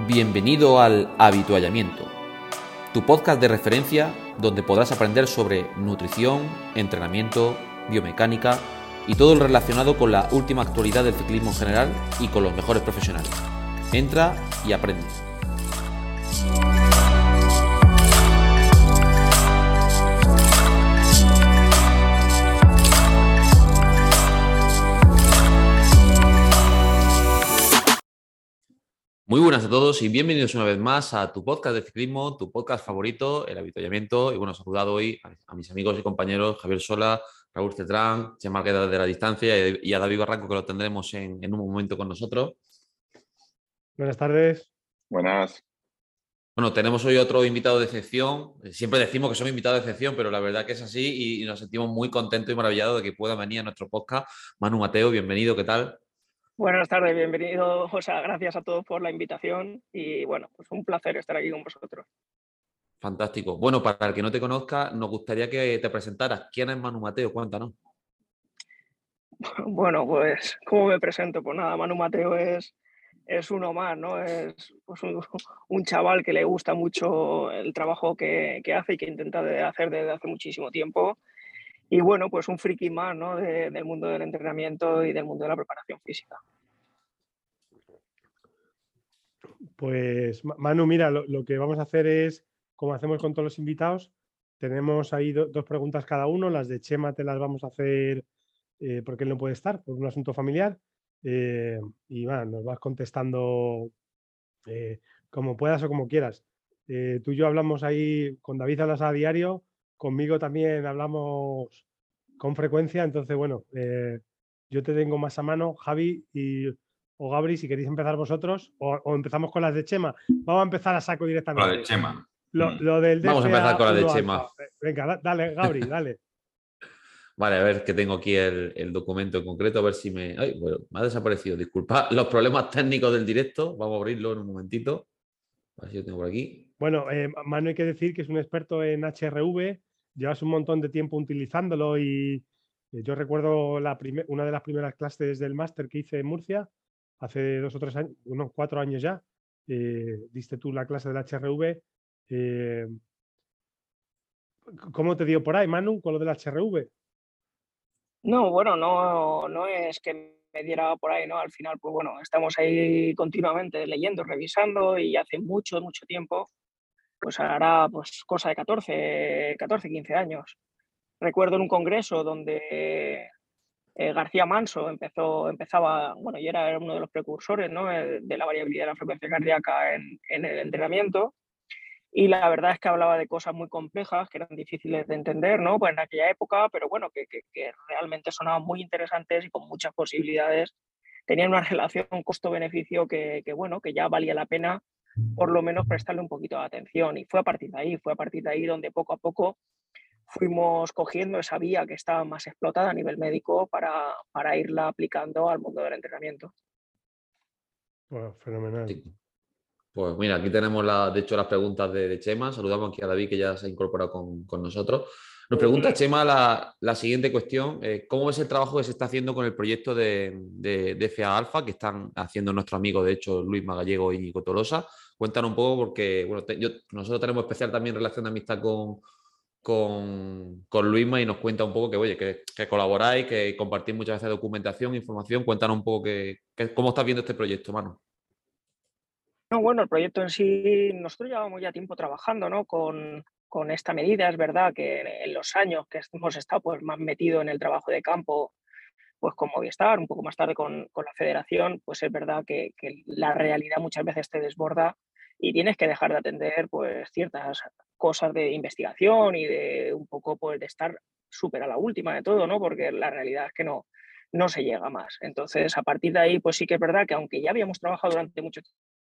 Bienvenido al Habituallamiento, tu podcast de referencia donde podrás aprender sobre nutrición, entrenamiento, biomecánica y todo lo relacionado con la última actualidad del ciclismo en general y con los mejores profesionales. Entra y aprende. Muy buenas a todos y bienvenidos una vez más a tu podcast de ciclismo, tu podcast favorito, El Habituallamiento. Y bueno, saludado hoy a mis amigos y compañeros Javier Sola, Raúl Cetrán, Chema Queda de la distancia y a David Barranco, que lo tendremos en un momento con nosotros. Buenas tardes. Buenas. Bueno, tenemos hoy otro invitado de excepción. Siempre decimos que somos invitados de excepción, pero la verdad que es así y nos sentimos muy contentos y maravillados de que pueda venir a nuestro podcast. Manu Mateo, bienvenido, ¿qué tal? Buenas tardes, bienvenido, José. Gracias a todos por la invitación y bueno, pues un placer estar aquí con vosotros. Fantástico. Bueno, para el que no te conozca, nos gustaría que te presentaras. ¿Quién es Manu Mateo? Cuéntanos. Bueno, pues, ¿cómo me presento? Pues nada, Manu Mateo es uno más, ¿no? Es pues un chaval que le gusta mucho el trabajo que hace y que intenta hacer desde hace muchísimo tiempo. Y bueno, pues un friki más, ¿no? Del mundo del entrenamiento y del mundo de la preparación física. Pues Manu, mira, lo que vamos a hacer es, como hacemos con todos los invitados, tenemos ahí dos preguntas cada uno. Las de Chema te las vamos a hacer porque él no puede estar por un asunto familiar. Y bueno, nos vas contestando como puedas o como quieras. Tú y yo hablamos ahí, con David hablas a diario, conmigo también hablamos con frecuencia. Entonces, bueno, yo te tengo más a mano, Javi o Gabri, si queréis empezar vosotros, o empezamos con las de Chema. Vamos a empezar a saco directamente. La de Chema. Lo del Vamos a empezar con la de DFA1 Chema. alfa. Venga, dale, Gabri, dale. Vale, a ver que tengo aquí el documento en concreto, a ver si me... Ay, bueno, me ha desaparecido. Disculpad los problemas técnicos del directo. Vamos a abrirlo en un momentito. A ver si lo tengo por aquí. Bueno, Manu, hay que decir que es un experto en HRV. Llevas un montón de tiempo utilizándolo y yo recuerdo una de las primeras clases del máster que hice en Murcia, hace 2 o 3 años, unos 4 años ya, diste tú la clase del HRV. ¿Cómo te dio por ahí, Manu, con lo del HRV? No, bueno, no es que me diera por ahí, ¿no? Al final, pues bueno, estamos ahí continuamente leyendo, revisando y hace mucho, mucho tiempo, pues hará pues cosa de 14, 15 años. Recuerdo en un congreso donde García Manso empezaba, bueno, y era uno de los precursores, ¿no? De la variabilidad de la frecuencia cardíaca en el entrenamiento. Y la verdad es que hablaba de cosas muy complejas que eran difíciles de entender, ¿no? Pues en aquella época, pero bueno, que realmente sonaban muy interesantes y con muchas posibilidades. Tenían una relación costo-beneficio bueno, que ya valía la pena por lo menos prestarle un poquito de atención. Y fue a partir de ahí donde poco a poco fuimos cogiendo esa vía que estaba más explotada a nivel médico para irla aplicando al mundo del entrenamiento. Bueno, fenomenal. Sí. Pues mira, aquí tenemos de hecho las preguntas de Chema. Saludamos aquí a David, que ya se ha incorporado con nosotros. Nos pregunta Chema la siguiente cuestión. ¿Cómo es el trabajo que se está haciendo con el proyecto de DFA Alfa que están haciendo nuestros amigos, de hecho, Luis Magallego y Íñigo Tolosa? Cuéntanos un poco porque bueno, nosotros tenemos especial también relación de amistad con Luisma y nos cuenta un poco que, oye, que colaboráis, que compartís muchas veces documentación, información. Cuéntanos un poco cómo estás viendo este proyecto, Manu. No, bueno, el proyecto en sí, nosotros llevamos ya tiempo trabajando, ¿no? Con esta medida. Es verdad que en los años que hemos estado pues, más metido en el trabajo de campo, pues con Movistar, un poco más tarde con la federación, pues es verdad que la realidad muchas veces te desborda y tienes que dejar de atender pues ciertas cosas de investigación y de un poco pues de estar súper a la última de todo, ¿no? Porque la realidad es que no se llega más. Entonces, a partir de ahí, pues sí que es verdad que aunque ya habíamos trabajado durante mucho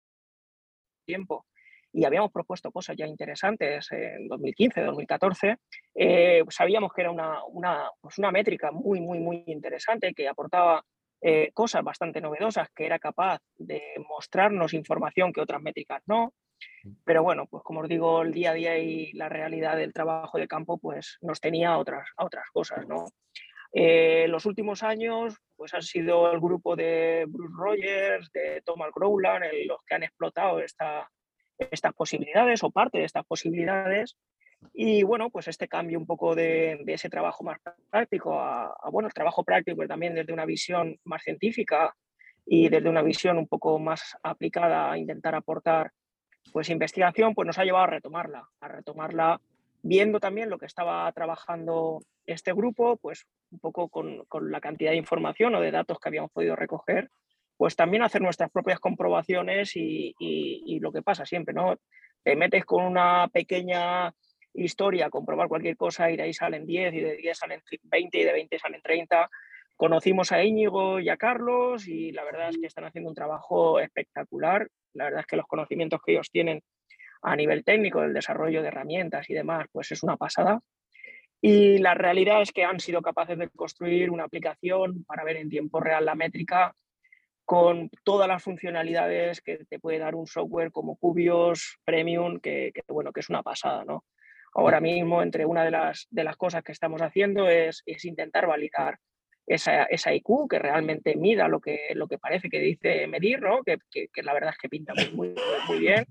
tiempo y habíamos propuesto cosas ya interesantes en 2015, 2014, sabíamos que era una métrica muy, muy, muy interesante que aportaba cosas bastante novedosas, que era capaz de mostrarnos información que otras métricas no. Pero bueno, pues como os digo, el día a día y la realidad del trabajo de campo pues nos tenía a otras cosas, ¿no? Los últimos años pues han sido el grupo de Bruce Rogers, de Thomas Growland, los que han explotado estas posibilidades o parte de estas posibilidades. Y bueno, pues este cambio un poco de ese trabajo más práctico bueno, el trabajo práctico, pero también desde una visión más científica y desde una visión un poco más aplicada a intentar aportar pues investigación, pues nos ha llevado a retomarla viendo también lo que estaba trabajando este grupo, pues un poco con la cantidad de información o de datos que habíamos podido recoger, pues también hacer nuestras propias comprobaciones y lo que pasa siempre, ¿no? Te metes con una pequeña historia, comprobar cualquier cosa y de ahí salen 10 y de 10 salen 20 y de 20 salen 30. Conocimos a Íñigo y a Carlos y la verdad es que están haciendo un trabajo espectacular. La verdad es que los conocimientos que ellos tienen a nivel técnico, del desarrollo de herramientas y demás, pues es una pasada. Y la realidad es que han sido capaces de construir una aplicación para ver en tiempo real la métrica con todas las funcionalidades que te puede dar un software como Cubios Premium, bueno, que es una pasada, ¿no? Ahora mismo, entre una de las cosas que estamos haciendo es intentar validar esa IQ, que realmente mida lo que parece que dice medir, ¿no? Que la verdad es que pinta muy bien.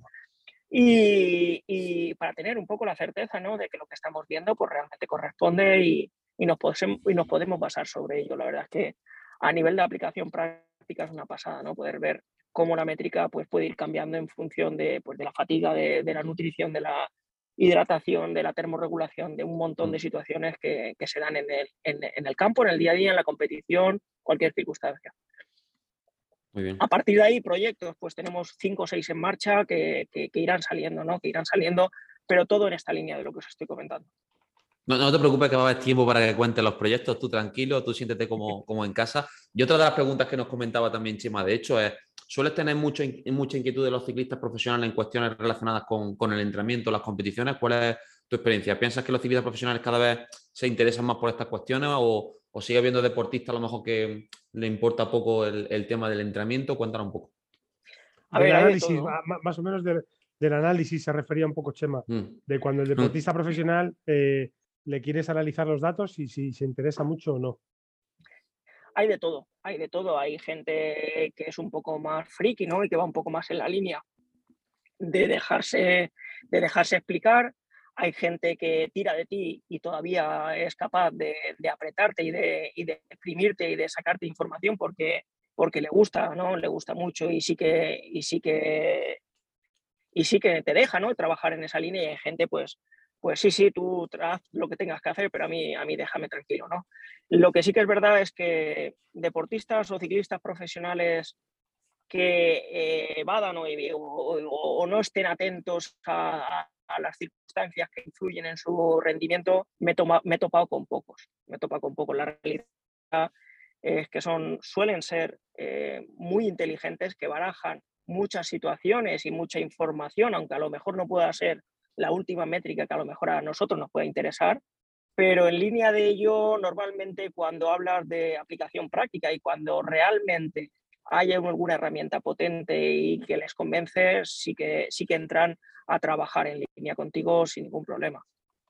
Y para tener un poco la certeza, ¿no?, de que lo que estamos viendo pues realmente corresponde y nos podemos basar sobre ello. La verdad es que a nivel de aplicación práctica es una pasada, ¿no? Poder ver cómo la métrica pues, puede ir cambiando en función pues, de la fatiga, de la nutrición, de la hidratación, de la termorregulación, de un montón de situaciones que se dan en el campo, en el día a día, en la competición, cualquier circunstancia. Muy bien. A partir de ahí, proyectos, pues tenemos 5 o 6 en marcha que irán saliendo, ¿no? Que irán saliendo, pero todo en esta línea de lo que os estoy comentando. No te preocupes que va a haber tiempo para que cuentes los proyectos, tú tranquilo, tú siéntete como en casa. Y otra de las preguntas que nos comentaba también Chema, de hecho, es, ¿sueles tener mucha inquietud de los ciclistas profesionales en cuestiones relacionadas con el entrenamiento, las competiciones? ¿Cuál es tu experiencia? ¿Piensas que los ciclistas profesionales cada vez se interesan más por estas cuestiones o sigue habiendo deportistas a lo mejor que le importa poco el tema del entrenamiento? Cuéntanos un poco. Del análisis, más o menos del análisis se refería un poco Chema, de cuando el deportista profesional le quieres analizar los datos y si se interesa mucho o no. Hay de todo. Hay gente que es un poco más friki, ¿no? Y que va un poco más en la línea de dejarse explicar. Hay gente que tira de ti y todavía es capaz de apretarte y de exprimirte y de sacarte información porque le gusta, ¿no? Le gusta mucho y sí que te deja, ¿no?, trabajar en esa línea y hay gente, pues sí, tú haz lo que tengas que hacer, pero a mí déjame tranquilo, ¿no? Lo que sí que es verdad es que deportistas o ciclistas profesionales que evadan o no estén atentos a las circunstancias que influyen en su rendimiento, me he topado con pocos. La realidad es que suelen ser muy inteligentes, que barajan muchas situaciones y mucha información, aunque a lo mejor no pueda ser la última métrica que a lo mejor a nosotros nos pueda interesar, pero en línea de ello, normalmente cuando hablas de aplicación práctica y cuando realmente hay alguna herramienta potente y que les convence, sí que entran a trabajar en línea contigo sin ningún problema.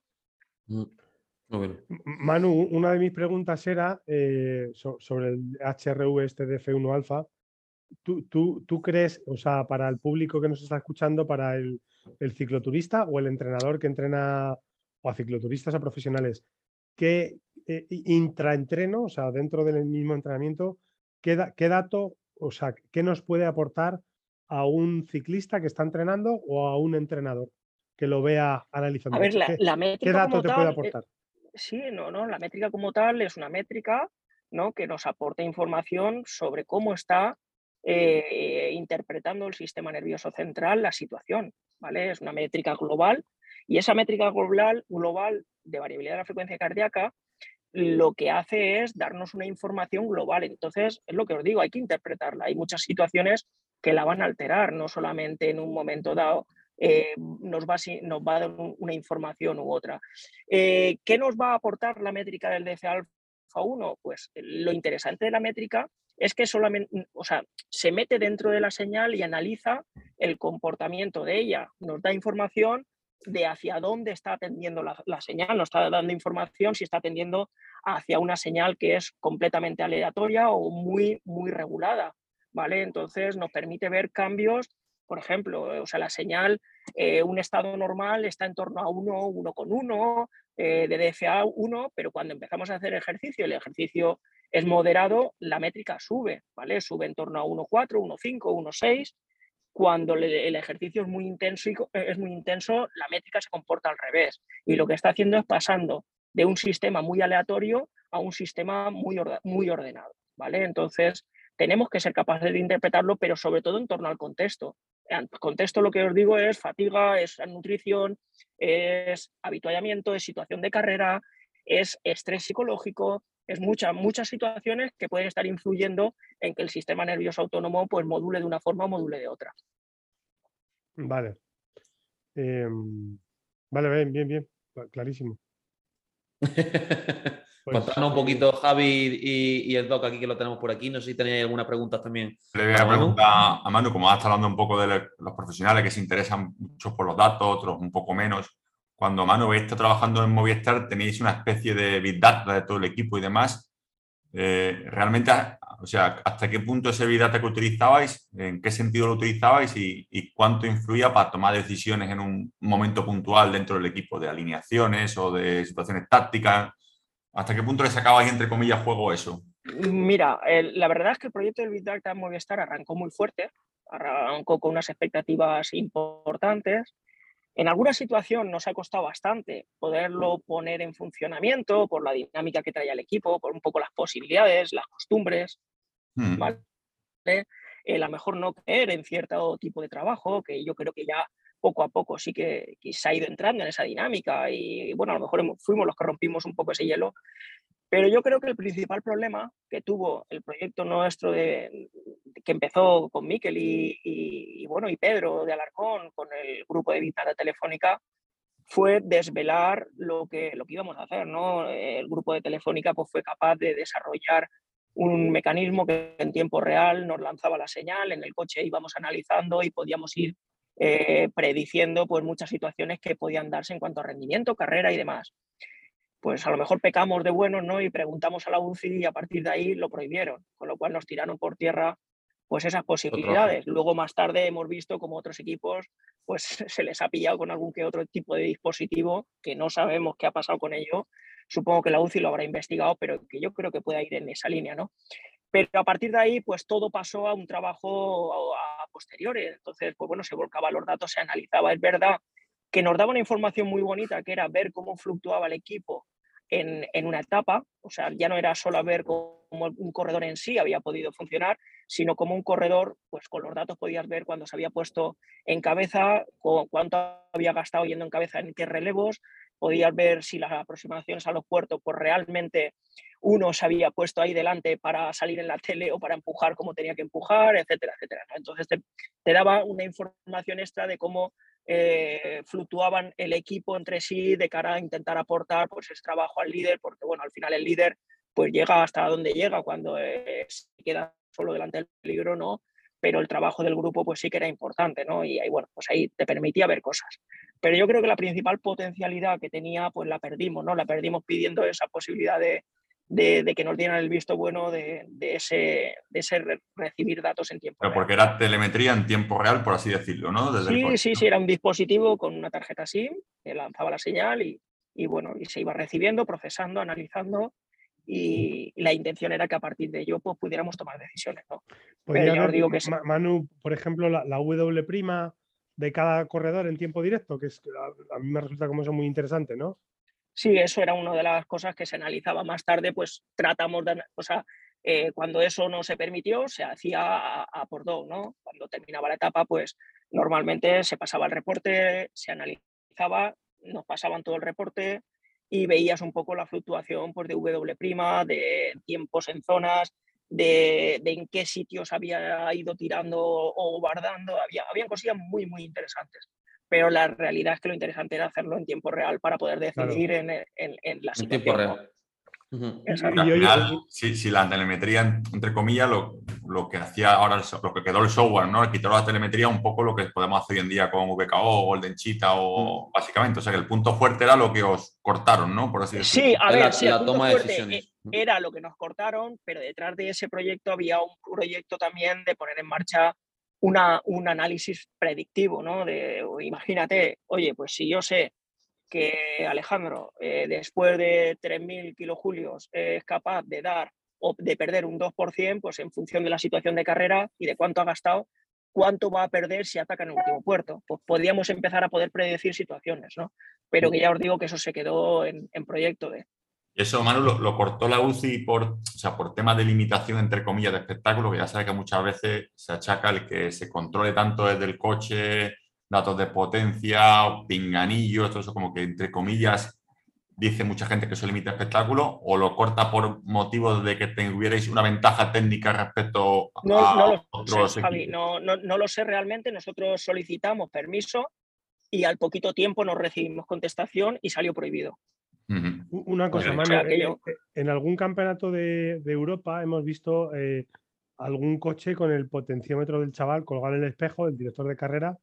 Manu, una de mis preguntas era sobre el HRV este de F1 Alfa. ¿Tú crees, o sea, para el público que nos está escuchando, para el cicloturista o el entrenador que entrena, o a cicloturistas o profesionales, qué intraentreno, o sea, dentro del mismo entrenamiento, qué dato, o sea, qué nos puede aportar a un ciclista que está entrenando o a un entrenador que lo vea analizando? A ver, la métrica ¿Qué dato como te tal, puede aportar? Sí, no, la métrica como tal es una métrica, ¿no?, que nos aporta información sobre cómo está interpretando el sistema nervioso central la situación, ¿vale? Es una métrica global y esa métrica global de variabilidad de la frecuencia cardíaca lo que hace es darnos una información global. Entonces, es lo que os digo, hay que interpretarla. Hay muchas situaciones que la van a alterar, no solamente en un momento dado nos va a dar una información u otra. ¿Qué nos va a aportar la métrica del DC alfa 1? Pues lo interesante de la métrica es que solamente, o sea, se mete dentro de la señal y analiza el comportamiento de ella. Nos da información de hacia dónde está atendiendo la señal, nos está dando información si está atendiendo hacia una señal que es completamente aleatoria o muy, muy regulada, ¿vale? Entonces nos permite ver cambios, por ejemplo, o sea, la señal, un estado normal está en torno a 1, 1,1, de DFA 1, pero cuando empezamos a hacer ejercicio, el ejercicio es moderado, la métrica sube, ¿vale? Sube en torno a 1,4, 1,5, 1,6. Cuando el ejercicio es muy intenso, la métrica se comporta al revés. Y lo que está haciendo es pasando de un sistema muy aleatorio a un sistema muy ordenado, ¿vale? Entonces, tenemos que ser capaces de interpretarlo, pero sobre todo en torno al contexto. El contexto, lo que os digo, es fatiga, es nutrición, es habituallamiento, es situación de carrera, es estrés psicológico, es muchas situaciones que pueden estar influyendo en que el sistema nervioso autónomo pues module de una forma o module de otra. Vale. Vale, bien, clarísimo. Pues, Contanos un poquito, Javi y el Doc aquí que lo tenemos por aquí. No sé si tenéis alguna pregunta también Le voy para a Manu. preguntar a Manu, como has estado hablando un poco de los profesionales que se interesan mucho por los datos, otros un poco menos. Cuando Manu está trabajando en Movistar, tenéis una especie de Big Data de todo el equipo y demás. Realmente, o sea, ¿hasta qué punto ese Big Data que utilizabais? ¿En qué sentido lo utilizabais? Y cuánto influía para tomar decisiones en un momento puntual dentro del equipo, de alineaciones o de situaciones tácticas? ¿Hasta qué punto le sacabais, entre comillas, juego eso? Mira, la verdad es que el proyecto del Big Data en Movistar arrancó muy fuerte, arrancó con unas expectativas importantes. En alguna situación nos ha costado bastante poderlo poner en funcionamiento por la dinámica que traía el equipo, por un poco las posibilidades, las costumbres, ¿vale? A lo mejor no creer en cierto tipo de trabajo, que yo creo que ya poco a poco sí que se ha ido entrando en esa dinámica y bueno, a lo mejor fuimos los que rompimos un poco ese hielo. Pero yo creo que el principal problema que tuvo el proyecto nuestro que empezó con Miquel bueno, y Pedro de Alarcón con el grupo de Big Data Telefónica fue desvelar lo que íbamos a hacer, ¿no? El grupo de Telefónica pues, fue capaz de desarrollar un mecanismo que en tiempo real nos lanzaba la señal, en el coche íbamos analizando y podíamos ir prediciendo pues, muchas situaciones que podían darse en cuanto a rendimiento, carrera y demás. Pues a lo mejor pecamos de buenos, ¿no? Y preguntamos a la UCI y a partir de ahí lo prohibieron, con lo cual nos tiraron por tierra pues esas posibilidades. Luego más tarde hemos visto como otros equipos pues se les ha pillado con algún que otro tipo de dispositivo que no sabemos qué ha pasado con ello. Supongo que la UCI lo habrá investigado, pero que yo creo que pueda ir en esa línea, ¿no? Pero a partir de ahí, pues todo pasó a un trabajo a posteriores. Entonces, pues bueno, se volcaban los datos, se analizaba. Es verdad que nos daba una información muy bonita, que era ver cómo fluctuaba el equipo en una etapa, o sea, ya no era solo ver cómo un corredor en sí había podido funcionar, sino como un corredor, pues con los datos podías ver cuándo se había puesto en cabeza, cuánto había gastado yendo en cabeza en qué relevos, podías ver si las aproximaciones a los puertos, pues realmente uno se había puesto ahí delante para salir en la tele o para empujar como tenía que empujar, etcétera, etcétera, ¿no? Entonces te daba una información extra de cómo fluctuaban el equipo entre sí de cara a intentar aportar pues ese trabajo al líder, porque bueno, al final el líder pues llega hasta donde llega cuando se queda solo delante del peligro, ¿no? Pero el trabajo del grupo pues sí que era importante, ¿no? Y ahí, bueno, pues ahí te permitía ver cosas. Pero yo creo que la principal potencialidad que tenía pues la perdimos, ¿no? La perdimos pidiendo esa posibilidad de que nos dieran el visto bueno de ese recibir datos en tiempo real. Porque era telemetría en tiempo real, por así decirlo, ¿no? Desde el coche, ¿no? Sí, era un dispositivo con una tarjeta SIM que lanzaba la señal y bueno, y se iba recibiendo, procesando, analizando y la intención era que a partir de ello pues, pudiéramos tomar decisiones, ¿no? ¿Podría haber, Manu, por ejemplo, la W' de cada corredor en tiempo directo? Que a mí me resulta como eso muy interesante, ¿no? Sí, eso era una de las cosas que se analizaba más tarde, pues tratamos de, o sea, cuando eso no se permitió, se hacía a por dos, ¿no? Cuando terminaba la etapa, pues normalmente se pasaba el reporte, se analizaba, nos pasaban todo el reporte y veías un poco la fluctuación pues, de W', de tiempos en zonas, de en qué sitios había ido tirando o guardando, habían cosillas muy, muy interesantes. Pero la realidad es que lo interesante era hacerlo en tiempo real para poder decidir claro. en la situación. En tiempo real. Ujú. Exacto. Al Y oye, final, si la telemetría, entre comillas, lo que hacía ahora, lo que quedó el software, ¿no? Quitó la telemetría un poco lo que podemos hacer hoy en día con VKO, Golden Cheetah o básicamente. O sea que el punto fuerte era lo que os cortaron, ¿no? Por así decirlo. Sí, a Es ver, sí, el la punto toma de fuerte decisiones. era lo que nos cortaron, pero detrás de ese proyecto había un proyecto también de poner en marcha un análisis predictivo, ¿no? Imagínate, oye, pues si yo sé que Alejandro, después de 3.000 kilojulios, es capaz de dar o de perder un 2%, pues en función de la situación de carrera y de cuánto ha gastado, cuánto va a perder si ataca en el último puerto. Pues podríamos empezar a poder predecir situaciones, ¿no? Pero que ya os digo que eso se quedó en proyecto de... Y eso, Manu, lo cortó la UCI o sea, por temas de limitación, entre comillas, de espectáculo, que ya sabes que muchas veces se achaca el que se controle tanto desde el coche, datos de potencia, pinganillos, todo eso como que, entre comillas, dice mucha gente que eso limita el espectáculo, o lo corta por motivos de que tuvierais una ventaja técnica respecto No, a no lo sé, otros Javi, equipos. no lo sé realmente. Nosotros solicitamos permiso y al poquito tiempo nos recibimos contestación y salió prohibido. Ujú. una cosa, Vale. O Manu, sea, que yo... en algún campeonato de Europa hemos visto algún coche con el potenciómetro del chaval colgado en el espejo, el director de carrera.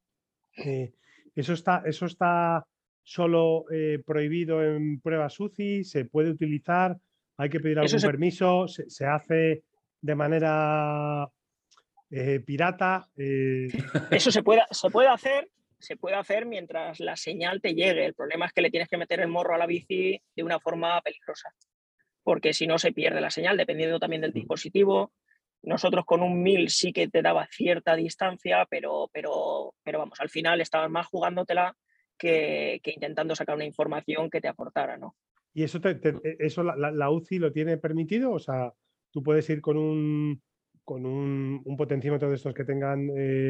Eso está solo prohibido en pruebas UCI, se puede utilizar, hay que pedir Eso algún se, permiso, se hace de manera pirata. Eso se puede hacer mientras la señal te llegue. El problema es que le tienes que meter el morro a la bici de una forma peligrosa, porque si no se pierde la señal, dependiendo también del dispositivo. Nosotros con un 1000 sí que te daba cierta distancia, pero vamos, al final estabas más jugándotela que intentando sacar una información que te aportara, ¿no? ¿Y eso, eso la UCI lo tiene permitido? O sea, tú puedes ir con un potenciómetro de estos que tengan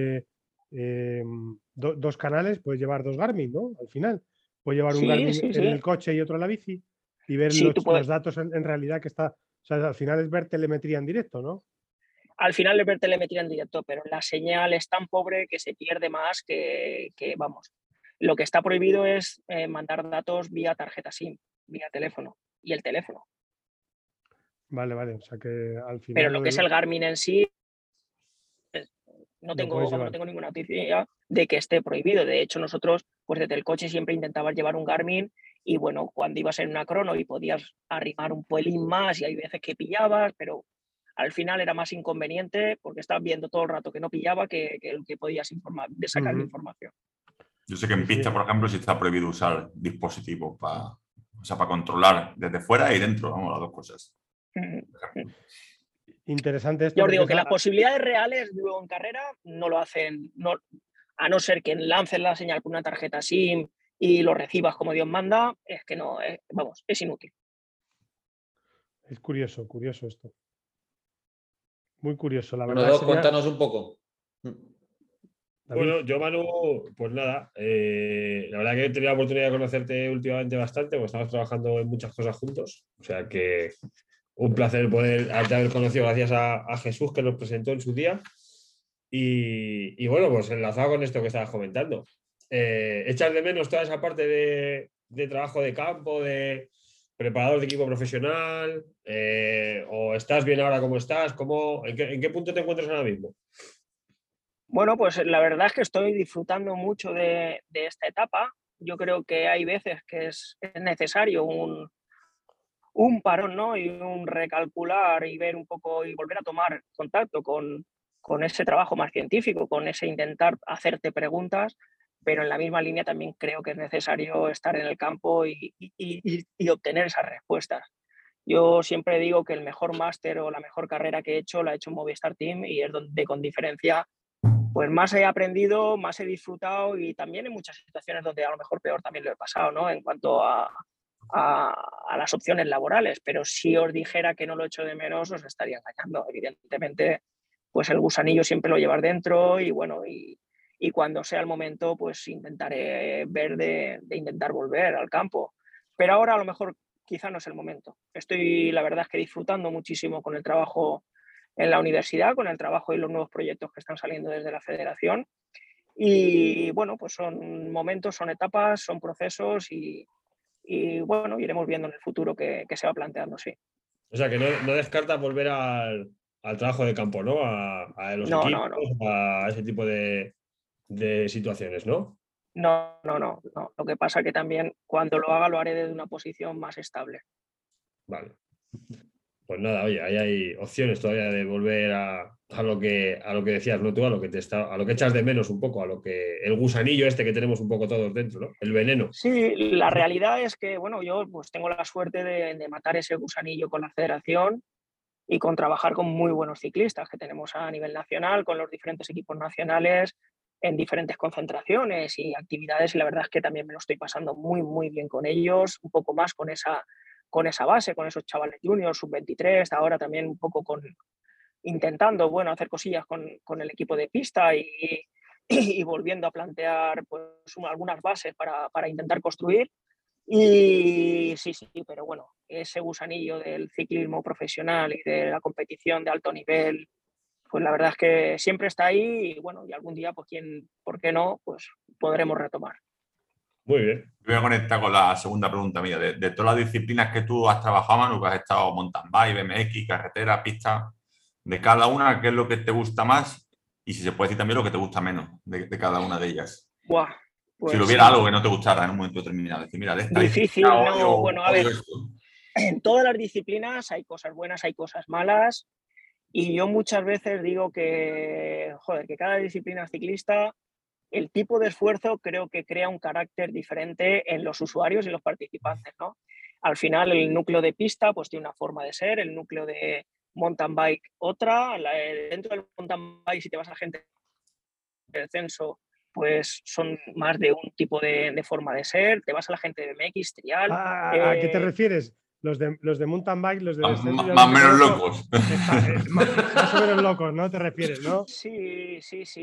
dos canales, puedes llevar dos Garmin, ¿no? Al final, puedes llevar un Sí, Garmin sí, en sí. el coche y otro en la bici y ver Sí, tú puedes, los datos en realidad que está. O sea, al final es ver telemetría en directo, ¿no? al final es ver telemetría en directo, pero la señal es tan pobre que se pierde más vamos. Lo que está prohibido es mandar datos vía tarjeta SIM, vía teléfono y el teléfono. Vale, vale. O sea que al Pero final lo que es el Garmin en sí, lo puedes no llevar. tengo ninguna noticia de que esté prohibido. De hecho, nosotros, pues desde el coche siempre intentabas llevar un Garmin y bueno, cuando ibas en una crono y podías arrimar un pelín más y hay veces que pillabas, pero al final era más inconveniente porque estabas viendo todo el rato que no pillaba que el que podías de sacarle información. Yo sé que Sí, en sí. pista, por ejemplo, sí está prohibido usar dispositivos para controlar desde fuera y dentro, vamos, las dos cosas. Interesante esto Ya os porque digo que las posibilidades reales luego en carrera no lo hacen, no, a no ser que lances la señal por una tarjeta SIM y lo recibas como Dios manda, es que no, vamos, es inútil. es curioso, curioso esto. Muy curioso, la Bueno, verdad Doc, sería, cuéntanos un poco. David. Bueno, yo, Manu, pues nada, la verdad que he tenido la oportunidad de conocerte últimamente bastante, porque estamos trabajando en muchas cosas juntos, o sea que un placer poder haber conocido gracias a Jesús que nos presentó en su día y bueno, pues enlazado con esto que estabas comentando. ¿Echas de menos toda esa parte de trabajo de campo, de preparador de equipo profesional? ¿O estás bien ahora como estás? ¿En qué punto te encuentras ahora mismo? Bueno, pues la verdad es que estoy disfrutando mucho de esta etapa. Yo creo que hay veces que es necesario un parón, ¿no? Y un recalcular y ver un poco y volver a tomar contacto con ese trabajo más científico, con ese intentar hacerte preguntas, pero en la misma línea también creo que es necesario estar en el campo y obtener esas respuestas. Yo siempre digo que el mejor máster o la mejor carrera que he hecho la he hecho en Movistar Team y es donde con diferencia pues más he aprendido, más he disfrutado y también en muchas situaciones donde a lo mejor peor también lo he pasado, ¿no? En cuanto a las opciones laborales, pero si os dijera que no lo echo de menos os estaría engañando. Evidentemente, pues el gusanillo siempre lo llevas dentro y bueno, y cuando sea el momento, pues intentaré ver de intentar volver al campo. Pero ahora a lo mejor quizá no es el momento. Estoy, la verdad es que disfrutando muchísimo con el trabajo en la universidad, con el trabajo y los nuevos proyectos que están saliendo desde la federación. Y bueno, pues son momentos, son etapas, son procesos y bueno, iremos viendo en el futuro qué se va planteando, sí. O sea, que no descartas volver al trabajo de campo, ¿no? A los No, equipos, no, no. a ese tipo de situaciones, ¿no? No. Lo que pasa que también cuando lo haga lo haré desde una posición más estable. Vale. Pues nada, oye, ahí hay opciones todavía de volver a lo que decías, ¿no? Tú, a lo que echas de menos un poco, el gusanillo este que tenemos un poco todos dentro, ¿no? El veneno. Sí, la realidad es que, bueno, yo pues tengo la suerte de matar ese gusanillo con la federación y con trabajar con muy buenos ciclistas que tenemos a nivel nacional, con los diferentes equipos nacionales, en diferentes concentraciones y actividades, y la verdad es que también me lo estoy pasando muy, muy bien con ellos, un poco más con esa base, con esos chavales juniors, sub-23, ahora también un poco intentando, bueno, hacer cosillas con el equipo de pista y volviendo a plantear pues, algunas bases para intentar construir. Y sí, pero bueno, ese gusanillo del ciclismo profesional y de la competición de alto nivel, pues la verdad es que siempre está ahí y bueno, y algún día, pues ¿por qué no? Pues podremos retomar. Muy bien. Voy a conectar con la segunda pregunta mía. De todas las disciplinas que tú has trabajado, Manu, que has estado mountain bike, BMX, carretera, pista, de cada una, ¿qué es lo que te gusta más? Y si se puede decir también lo que te gusta menos de cada una de ellas. Buah, Si pues hubiera algo que no te gustara en un momento determinado, decir, mira, de esta disciplina difícil, no, bueno, a ver, odio esto. en todas las disciplinas hay cosas buenas, hay cosas malas, y yo muchas veces digo que, joder, que cada disciplina ciclista, el tipo de esfuerzo creo que crea un carácter diferente en los usuarios y los participantes, ¿no? Al final el núcleo de pista pues tiene una forma de ser, el núcleo de mountain bike otra, dentro del mountain bike si te vas a gente de descenso pues son más de un tipo de forma de ser, te vas a la gente de BMX, trial. ¿A qué te refieres? Los de mountain bike, los de descenso, Más o menos locos. Más o menos locos, ¿no? Te refieres, ¿no? Sí.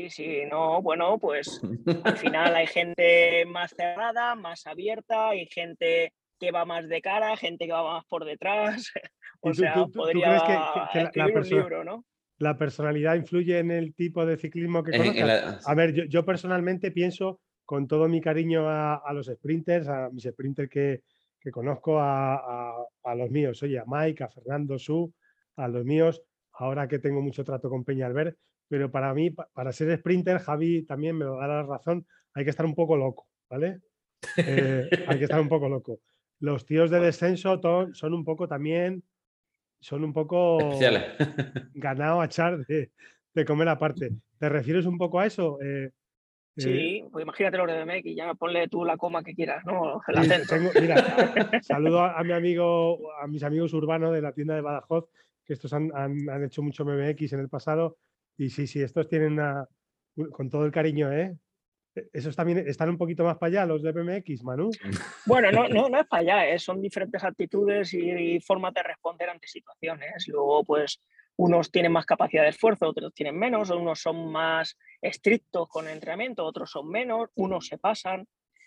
No, bueno, pues al final hay gente más cerrada, más abierta, hay gente que va más de cara, gente que va más por detrás. O sea, ¿Tú crees que escribir un libro, ¿no? ¿La personalidad influye en el tipo de ciclismo que conozcas? A ver, yo personalmente pienso, con todo mi cariño a los sprinters, a mis sprinters que conozco, a los míos, oye, a Mike, a Fernando Su, a los míos, ahora que tengo mucho trato con Peñalver, pero para mí, para ser sprinter, Javi también me da la razón, hay que estar un poco loco, ¿vale? Hay que estar un poco loco. Los tíos de descenso son un poco también... Son un poco especiales. ganado a echar de comer aparte. ¿Te refieres un poco a eso? Sí, pues imagínate los de BMX, ya ponle tú la coma que quieras, ¿no? El Sí, acento. mira, saludo a mis amigos urbanos de la tienda de Badajoz, que estos han hecho mucho BMX en el pasado. Y sí, estos tienen con todo el cariño, ¿eh? Esos también están un poquito más para allá, los de BMX, Manu. Bueno, no es para allá, son diferentes actitudes y formas de responder ante situaciones. Luego, pues, unos tienen más capacidad de esfuerzo, otros tienen menos, unos son más estrictos con el entrenamiento, otros son menos, unos se pasan.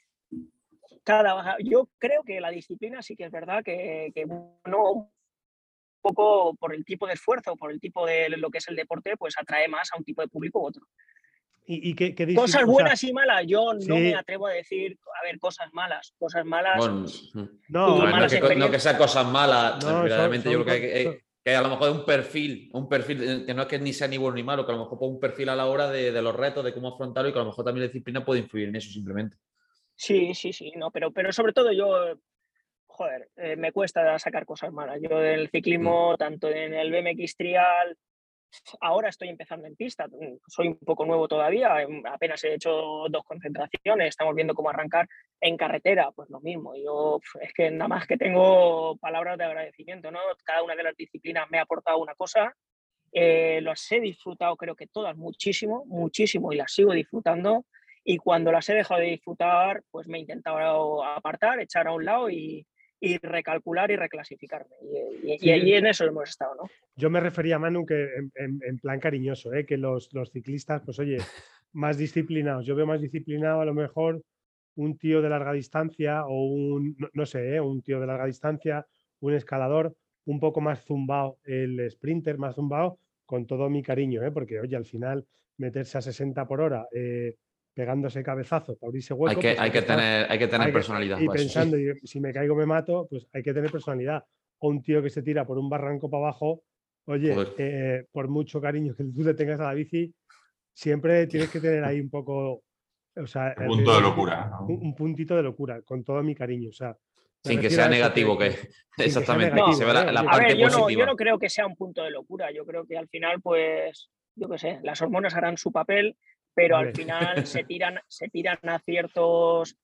Yo creo que la disciplina sí que es verdad que no, un poco por el tipo de esfuerzo, por el tipo de lo que es el deporte, pues atrae más a un tipo de público u otro. ¿Y qué Cosas buenas y malas, yo sí. no me atrevo a decir, a ver, cosas malas Bueno, y malas no que sean cosas malas, no, verdaderamente yo creo que a lo mejor es un perfil que no es que ni sea ni bueno ni malo, que a lo mejor un perfil a la hora de los retos, de cómo afrontarlo y que a lo mejor también la disciplina puede influir en eso simplemente. Sí, no, pero sobre todo yo, joder, me cuesta sacar cosas malas. Yo del ciclismo, tanto en el BMX trial, ahora estoy empezando en pista, soy un poco nuevo todavía, apenas he hecho 2 concentraciones, estamos viendo cómo arrancar en carretera, pues lo mismo. Yo es que nada más que tengo palabras de agradecimiento, ¿no? Cada una de las disciplinas me ha aportado una cosa, las he disfrutado creo que todas muchísimo y las sigo disfrutando. Y cuando las he dejado de disfrutar, pues me he intentado apartar, echar a un lado y recalcular y reclasificarme. Y en eso hemos estado, ¿no? Yo me refería, Manu, que en plan cariñoso, que los ciclistas, pues oye, más disciplinados. Yo veo más disciplinado a lo mejor un tío de larga distancia o no sé, un tío de larga distancia, un escalador, un poco más zumbado, el sprinter más zumbado, con todo mi cariño, porque oye, al final meterse a 60 por hora pegándose cabezazo para abrirse hueco. Hay que tener personalidad. Y para eso, pensando, sí. si me caigo me mato, pues hay que tener personalidad. O un tío que se tira por un barranco para abajo, oye, por mucho cariño que tú le tengas a la bici, siempre tienes que tener ahí un poco, o sea, Un punto de locura, ¿no? un puntito de locura, con todo mi cariño. O sea, sin que sea negativo, exactamente, negativo, que se vea la parte positiva. Yo no creo que sea un punto de locura. Yo creo que al final, pues, yo qué sé, las hormonas harán su papel, pero al final se tiran a ciertos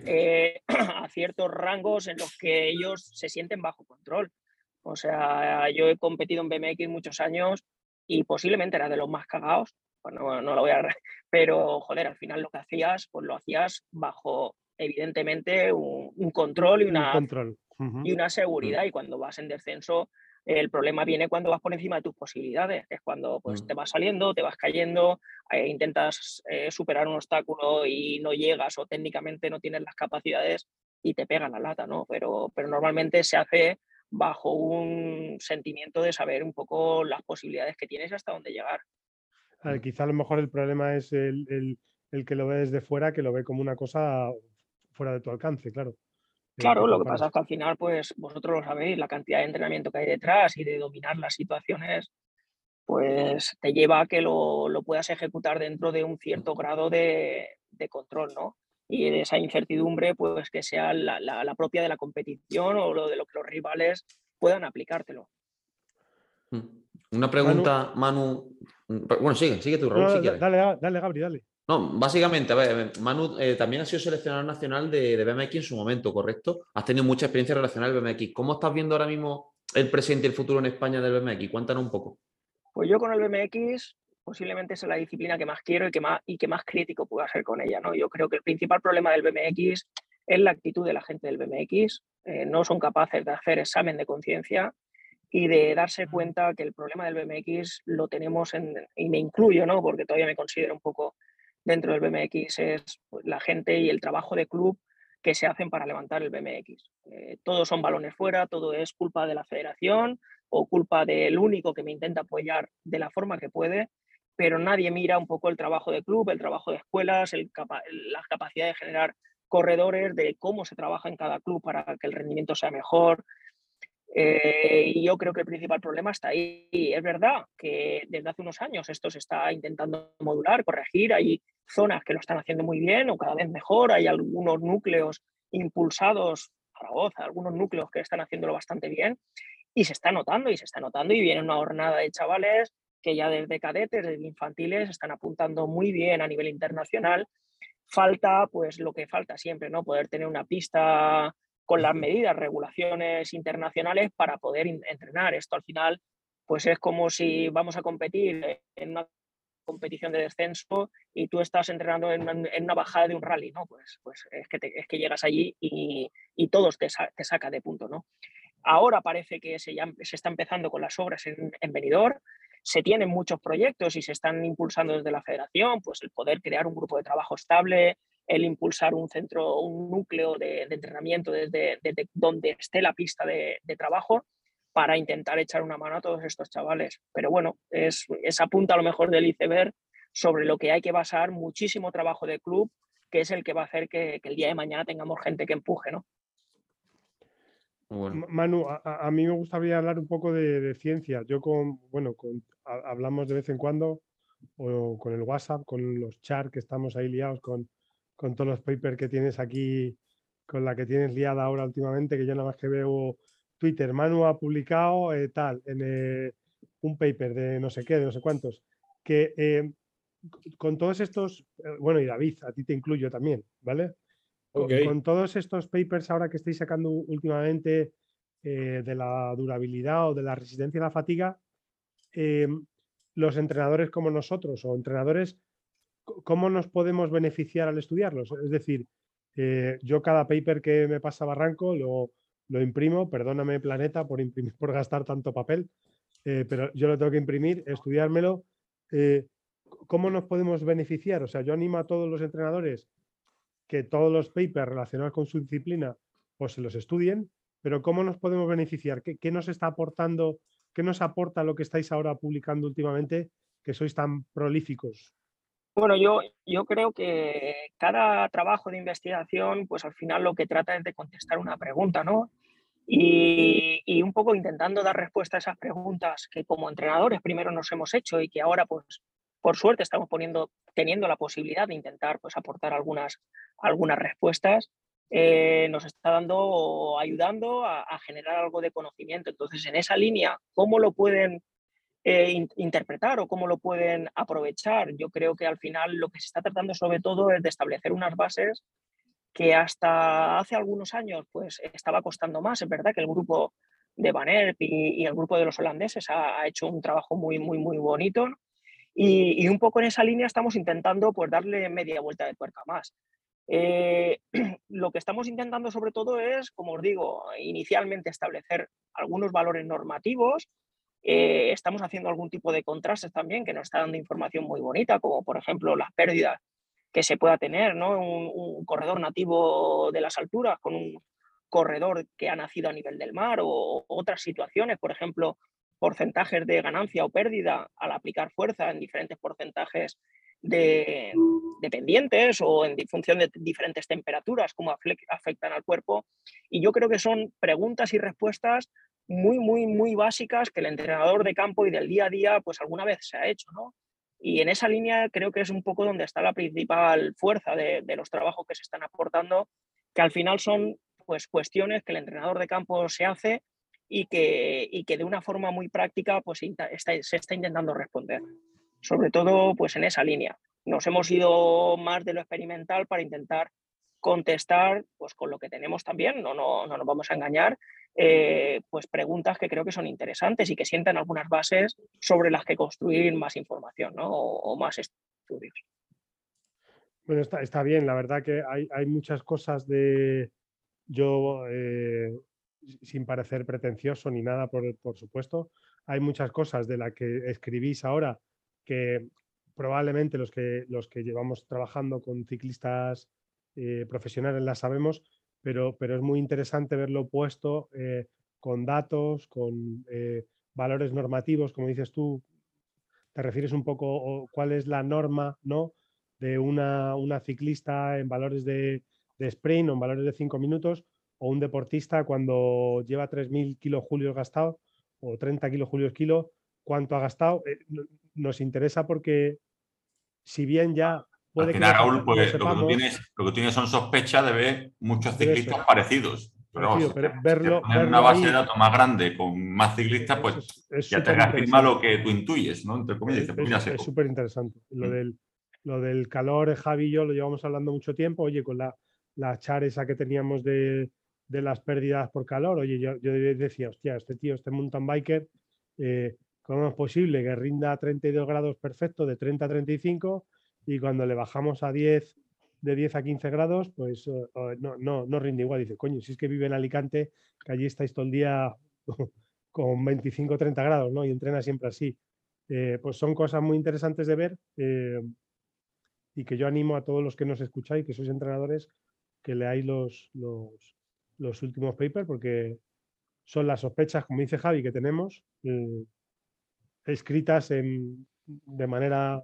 rangos en los que ellos se sienten bajo control. O sea, yo he competido en BMX muchos años y posiblemente era de los más cagados. Pues no lo voy a... Pero, joder, al final lo que hacías, pues lo hacías bajo, evidentemente, un control y una seguridad. Y cuando vas en descenso, el problema viene cuando vas por encima de tus posibilidades. Es cuando pues, te vas saliendo, te vas cayendo, intentas superar un obstáculo y no llegas o técnicamente no tienes las capacidades y te pegan la lata, ¿no? Pero normalmente se hace bajo un sentimiento de saber un poco las posibilidades que tienes hasta dónde llegar. Quizá a lo mejor el problema es el que lo ve desde fuera, que lo ve como una cosa fuera de tu alcance, claro. Claro, lo que pasa es que al final, pues vosotros lo sabéis, la cantidad de entrenamiento que hay detrás y de dominar las situaciones, pues te lleva a que lo puedas ejecutar dentro de un cierto grado de control, ¿no? Y de esa incertidumbre, pues que sea la propia de la competición o lo de lo que los rivales puedan aplicártelo. Una pregunta, Manu. Bueno, sigue tú, Raúl, no, si quieres. Dale, Gabri, dale. No, básicamente, a ver, Manu también has sido seleccionador nacional de BMX en su momento, ¿correcto? Has tenido mucha experiencia relacionada al BMX. ¿Cómo estás viendo ahora mismo el presente y el futuro en España del BMX? Cuéntanos un poco. Pues yo con el BMX posiblemente es la disciplina que más quiero y que más crítico pueda ser con ella, ¿no? Yo creo que el principal problema del BMX es la actitud de la gente del BMX. No son capaces de hacer examen de conciencia y de darse cuenta que el problema del BMX lo tenemos y me incluyo, ¿no? Porque todavía me considero un poco dentro del BMX, es la gente y el trabajo de club que se hacen para levantar el BMX. Todos son balones fuera, todo es culpa de la federación o culpa del único que me intenta apoyar de la forma que puede, pero nadie mira un poco el trabajo de club, el trabajo de escuelas, la capacidad de generar corredores, de cómo se trabaja en cada club para que el rendimiento sea mejor. Y yo creo que el principal problema está ahí. Es verdad que desde hace unos años esto se está intentando modular, corregir. Hay zonas que lo están haciendo muy bien o cada vez mejor. Hay algunos núcleos impulsados, Zaragoza, algunos núcleos que están haciéndolo bastante bien. Y se está notando y viene una jornada de chavales que ya desde cadetes, desde infantiles, están apuntando muy bien a nivel internacional. Falta, pues lo que falta siempre, ¿no? Poder tener una pista con las medidas, regulaciones internacionales para poder entrenar. Esto al final, pues es como si vamos a competir en una competición de descenso y tú estás entrenando en una bajada de un rally, ¿no? Pues es que llegas allí y todos te saca de punto, ¿no? Ahora parece que se está empezando con las obras en Benidorm, se tienen muchos proyectos y se están impulsando desde la federación, pues el poder crear un grupo de trabajo estable, el impulsar un centro, un núcleo de entrenamiento desde donde esté la pista de trabajo para intentar echar una mano a todos estos chavales. Pero bueno, es punta a lo mejor del iceberg sobre lo que hay que basar muchísimo trabajo de club, que es el que va a hacer que el día de mañana tengamos gente que empuje, ¿no? Bueno. Manu, a mí me gustaría hablar un poco de ciencia. Yo hablamos de vez en cuando, o con el WhatsApp, con los chats que estamos ahí liados con todos los papers que tienes aquí, con la que tienes liada ahora últimamente, que yo nada más que veo Twitter. Manu ha publicado un paper de no sé qué, de no sé cuántos, que con todos estos, bueno, y David, a ti te incluyo también, ¿vale? Con todos estos papers ahora que estáis sacando últimamente de la durabilidad o de la resistencia a la fatiga, los entrenadores como nosotros o entrenadores, ¿cómo nos podemos beneficiar al estudiarlos? Es decir, yo cada paper que me pasa Barranco lo imprimo, perdóname Planeta por gastar tanto papel, pero yo lo tengo que imprimir, estudiármelo. ¿Cómo nos podemos beneficiar? O sea, yo animo a todos los entrenadores que todos los papers relacionados con su disciplina pues se los estudien, pero ¿cómo nos podemos beneficiar? ¿Qué nos está aportando? ¿Qué nos aporta lo que estáis ahora publicando últimamente, que sois tan prolíficos? Bueno, yo creo que cada trabajo de investigación, pues al final lo que trata es de contestar una pregunta, ¿no? Y un poco intentando dar respuesta a esas preguntas que como entrenadores primero nos hemos hecho y que ahora, pues, por suerte estamos teniendo la posibilidad de intentar, pues, aportar algunas respuestas, nos está ayudando a generar algo de conocimiento. Entonces, en esa línea, ¿cómo lo pueden interpretar o cómo lo pueden aprovechar? Yo creo que al final lo que se está tratando sobre todo es de establecer unas bases que hasta hace algunos años pues estaba costando más. Es verdad que el grupo de Van Erp y el grupo de los holandeses ha hecho un trabajo muy, muy, muy bonito y un poco en esa línea estamos intentando pues darle media vuelta de tuerca más. Eh, lo que estamos intentando sobre todo es, como os digo, inicialmente establecer algunos valores normativos. Estamos haciendo algún tipo de contrastes también que nos está dando información muy bonita, como por ejemplo las pérdidas que se pueda tener, ¿no? Un corredor nativo de las alturas con un corredor que ha nacido a nivel del mar o otras situaciones, por ejemplo, porcentajes de ganancia o pérdida al aplicar fuerza en diferentes porcentajes de, de pendientes o en función de diferentes temperaturas, cómo afectan al cuerpo. Y yo creo que son preguntas y respuestas muy, muy, muy básicas que el entrenador de campo y del día a día, pues alguna vez se ha hecho, ¿no? Y en esa línea creo que es un poco donde está la principal fuerza de los trabajos que se están aportando, que al final son pues cuestiones que el entrenador de campo se hace y que de una forma muy práctica pues se está intentando responder. Sobre todo pues en esa línea. Nos hemos ido más de lo experimental para intentar contestar pues con lo que tenemos también, no nos vamos a engañar, pues preguntas que creo que son interesantes y que sientan algunas bases sobre las que construir más información, ¿no? O más estudios. Bueno, está bien, la verdad que hay muchas cosas de yo, sin parecer pretencioso ni nada, por supuesto, hay muchas cosas de las que escribís ahora que probablemente los que llevamos trabajando con ciclistas profesionales las sabemos, pero es muy interesante verlo puesto con datos, con valores normativos, como dices tú, te refieres un poco cuál es la norma, ¿no? De una ciclista en valores de sprint o en valores de 5 minutos, o un deportista cuando lleva 3.000 kilojulios gastados o 30 kilojulios kilo, cuánto ha gastado. Nos interesa porque si bien ya Al puede que final, Raúl, lo pues sepamos, lo que tienes son sospechas de ver muchos pero eso, ciclistas parecidos. Pero vamos, parecido, pero si te pones una verlo base de ahí, datos más grande con más ciclistas, eso pues es ya te súper reafirma lo interesante. que tú intuyes, ¿no? Entre comillas, dices, pues mira, Es súper interesante. Lo del calor, Javi y yo lo llevamos hablando mucho tiempo. Oye, con la char esa que teníamos de las pérdidas por calor, oye, yo decía, hostia, este tío, este mountain biker, ¿cómo es posible que rinda a 32 grados perfecto, de 30 a 35, y cuando le bajamos a 10, de 10 a 15 grados, pues no rinde igual? Dice, coño, si es que vive en Alicante, que allí estáis todo el día con 25 o 30 grados, ¿no? Y entrena siempre así. Pues son cosas muy interesantes de ver y que yo animo a todos los que nos escucháis, que sois entrenadores, que leáis los últimos papers, porque son las sospechas, como dice Javi, que tenemos, escritas de manera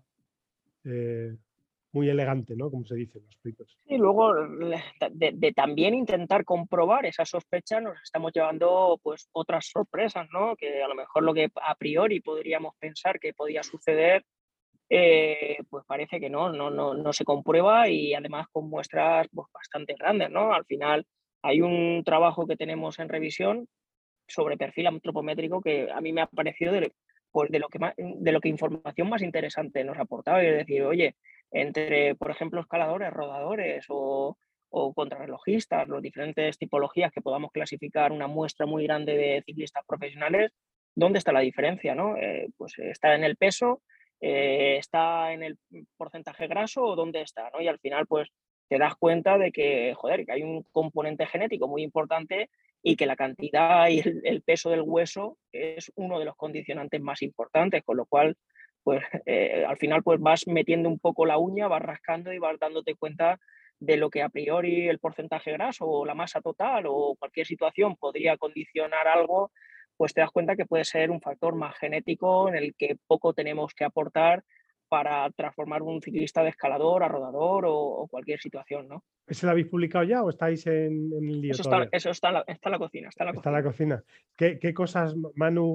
muy elegante, ¿no? Como se dice en los papers. Y luego de también intentar comprobar esas sospechas nos estamos llevando pues otras sorpresas, ¿no? Que a lo mejor lo que a priori podríamos pensar que podía suceder, pues parece que no se comprueba y además con muestras pues, bastante grandes, ¿no? Al final hay un trabajo que tenemos en revisión sobre perfil antropométrico que a mí me ha parecido pues de lo que información más interesante nos ha aportado. Es decir, oye, entre, por ejemplo, escaladores, rodadores o contrarrelojistas, las diferentes tipologías que podamos clasificar una muestra muy grande de ciclistas profesionales, ¿dónde está la diferencia? ¿No? Pues está en el peso, está en el porcentaje graso o dónde está, ¿no? Y al final, pues te das cuenta de que, joder, que hay un componente genético muy importante y que la cantidad y el peso del hueso es uno de los condicionantes más importantes, con lo cual, pues al final pues vas metiendo un poco la uña, vas rascando y vas dándote cuenta de lo que a priori el porcentaje graso o la masa total o cualquier situación podría condicionar algo, pues te das cuenta que puede ser un factor más genético en el que poco tenemos que aportar para transformar un ciclista de escalador a rodador o cualquier situación, ¿no? ¿Ese lo habéis publicado ya o estáis en el lío todavía? Eso está en la cocina. Está en la cocina. ¿Qué cosas, Manu,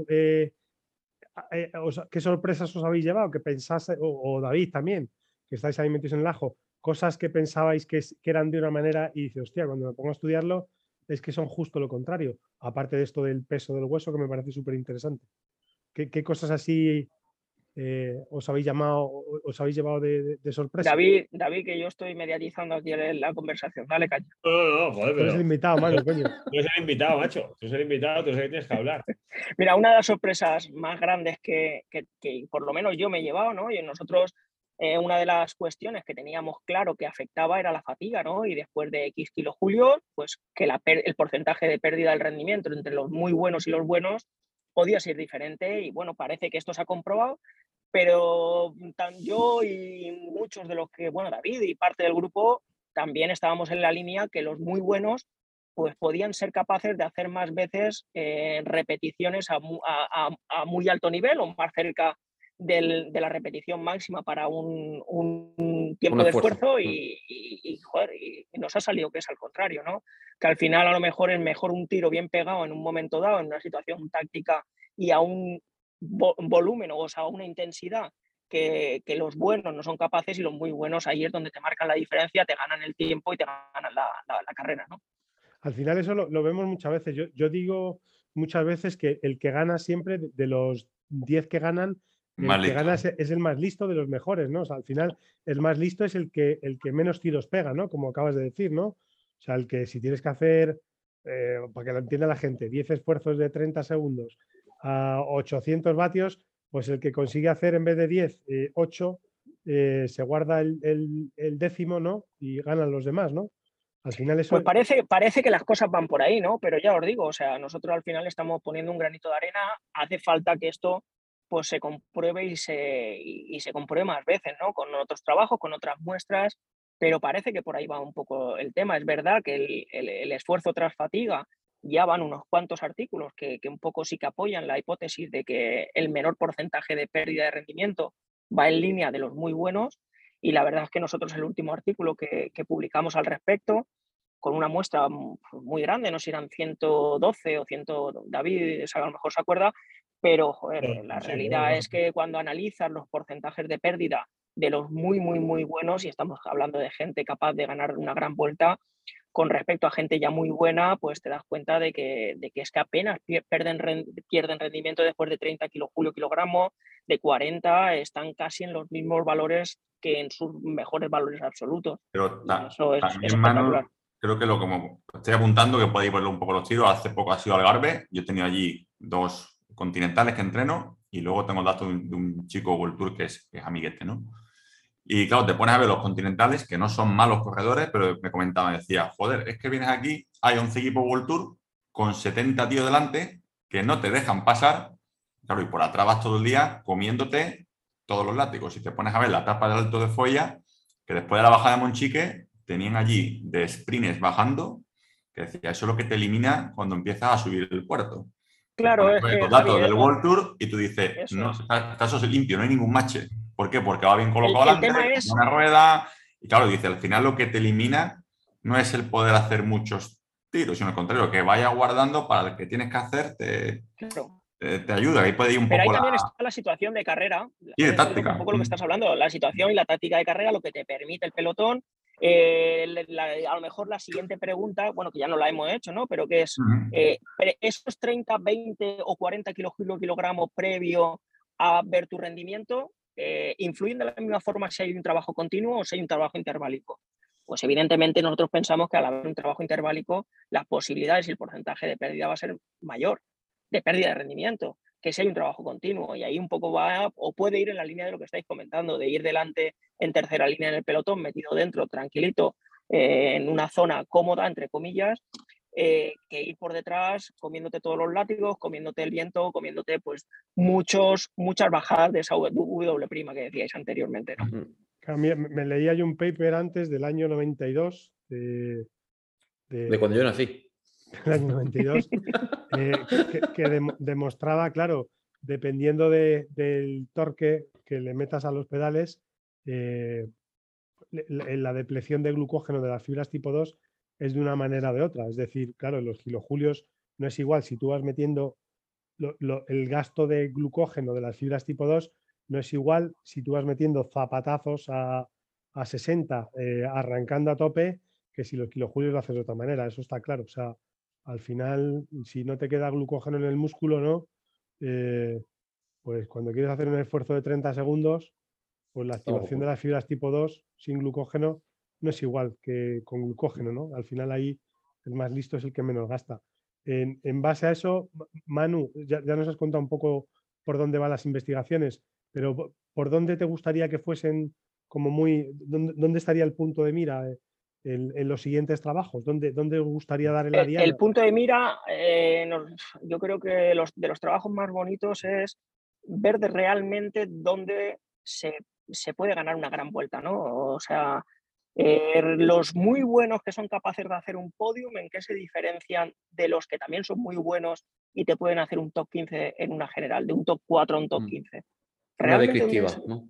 qué sorpresas os habéis llevado? ¿Qué pensáis, o David también, que estáis ahí metidos en el ajo? Cosas que pensabais que eran de una manera y dices, hostia, cuando me pongo a estudiarlo es que son justo lo contrario. Aparte de esto del peso del hueso, que me parece súper interesante. ¿Qué cosas así os habéis llevado de sorpresa? David, que yo estoy mediatizando aquí la conversación. Dale, caña. No, joder, Tú eres el invitado, Manu, coño. Tú eres el invitado, macho. Tú eres el invitado, tú sabes que tienes que hablar. Mira, una de las sorpresas más grandes que por lo menos yo me he llevado, ¿no? Y nosotros, una de las cuestiones que teníamos claro que afectaba era la fatiga, ¿no? Y después de X kilojulios, pues que el porcentaje de pérdida del rendimiento entre los muy buenos y los buenos podía ser diferente. Y bueno, parece que esto se ha comprobado, pero yo y muchos de los que, bueno, David y parte del grupo, también estábamos en la línea que los muy buenos pues podían ser capaces de hacer más veces repeticiones a muy alto nivel o más cerca de la repetición máxima para un tiempo de esfuerzo y nos ha salido que es al contrario, ¿no? Que al final a lo mejor es mejor un tiro bien pegado en un momento dado, en una situación táctica y a un volumen, o sea, a una intensidad que los buenos no son capaces, y los muy buenos ahí es donde te marcan la diferencia, te ganan el tiempo y te ganan la carrera, ¿no? Al final eso lo vemos muchas veces. Yo digo muchas veces que el que gana siempre, de los 10 que ganan, el que gana es el más listo de los mejores, ¿no? O sea, al final el más listo es el que menos tiros pega, ¿no? Como acabas de decir, ¿no? O sea, el que si tienes que hacer, para que lo entienda la gente, 10 esfuerzos de 30 segundos a 800 vatios, pues el que consigue hacer en vez de 10, 8, se guarda el décimo, ¿no? Y ganan los demás, ¿no? Al final eso... Pues parece que las cosas van por ahí, ¿no? Pero ya os digo, o sea, nosotros al final estamos poniendo un granito de arena, hace falta que esto pues se compruebe y se compruebe más veces, ¿no? Con otros trabajos, con otras muestras, pero parece que por ahí va un poco el tema. Es verdad que el esfuerzo tras fatiga, ya van unos cuantos artículos que un poco sí que apoyan la hipótesis de que el menor porcentaje de pérdida de rendimiento va en línea de los muy buenos, y la verdad es que nosotros el último artículo que publicamos al respecto, con una muestra muy grande, no sé si eran 112 o 100, David a lo mejor se acuerda, pero joder, la realidad es que cuando analizas los porcentajes de pérdida de los muy, muy, muy buenos, y estamos hablando de gente capaz de ganar una gran vuelta, con respecto a gente ya muy buena, pues te das cuenta de que es que apenas pierden rendimiento después de 30 kilogramos, de 40, están casi en los mismos valores que en sus mejores valores absolutos. Pero eso es espectacular. Manu, creo que como estoy apuntando, que podéis verlo un poco los tiros, hace poco ha sido Algarve, yo he tenido allí 2 continentales que entreno y luego tengo datos de un chico World Tour que es amiguete, ¿no? Y claro, te pones a ver los continentales, que no son malos corredores, pero me comentaba, me decía, joder, es que vienes aquí, hay 11 equipos World Tour con 70 tíos delante que no te dejan pasar, claro, y por atrás vas todo el día comiéndote todos los látigos. Si te pones a ver la etapa del Alto de Folla, que después de la bajada de Monchique, tenían allí de sprints bajando, que decía, eso es lo que te elimina cuando empiezas a subir el puerto. Claro, es que los datos del World Tour y tú dices, no, está eso limpio, no hay ningún match. ¿Por qué? Porque va bien colocado delante, una rueda. Y claro, dice, al final lo que te elimina no es el poder hacer muchos tiros, sino al contrario, que vaya guardando para el que tienes que hacer, te ayuda. Ahí puede ir un Pero poco ahí también está la situación de carrera. Sí, de táctica. Un poco lo que estás hablando, la situación y la táctica de carrera, lo que te permite el pelotón. A lo mejor la siguiente pregunta, bueno, que ya no la hemos hecho, ¿no? Pero que es, esos 30, 20 o 40 kilogramos previo a ver tu rendimiento, ¿influyen de la misma forma si hay un trabajo continuo o si hay un trabajo interválico? Pues evidentemente nosotros pensamos que al haber un trabajo interválico, las posibilidades y el porcentaje de pérdida va a ser mayor, de pérdida de rendimiento, que si hay un trabajo continuo. Y ahí un poco va, o puede ir en la línea de lo que estáis comentando, de ir delante en tercera línea en el pelotón, metido dentro, tranquilito, en una zona cómoda, entre comillas, que ir por detrás comiéndote todos los látigos, comiéndote el viento, comiéndote pues muchas bajadas de esa W' que decíais anteriormente, ¿no? Me leía yo un paper antes del año 92 de cuando yo nací. Del año 92 que demostraba, claro, dependiendo del torque que le metas a los pedales, la depleción de glucógeno de las fibras tipo 2 es de una manera o de otra. Es decir, claro, en los kilojulios no es igual si tú vas metiendo el gasto de glucógeno de las fibras tipo 2, no es igual si tú vas metiendo zapatazos a 60 arrancando a tope, que si los kilojulios lo haces de otra manera. Eso está claro. O sea, al final, si no te queda glucógeno en el músculo, ¿no? Pues cuando quieres hacer un esfuerzo de 30 segundos, pues la activación de las fibras tipo 2 sin glucógeno no es igual que con glucógeno, ¿no? Al final ahí el más listo es el que menos gasta. En base a eso, Manu, ya nos has contado un poco por dónde van las investigaciones, pero ¿por dónde te gustaría que fuesen como muy... ¿Dónde estaría el punto de mira en los siguientes trabajos? ¿Dónde os gustaría dar la diana? El punto de mira, yo creo que de los trabajos más bonitos es ver realmente dónde se puede ganar una gran vuelta, ¿no? O sea, los muy buenos que son capaces de hacer un podium, ¿en qué se diferencian de los que también son muy buenos y te pueden hacer un top 15 en una general, de un top 4 a un top 15? Una Realmente, descriptiva, ¿no?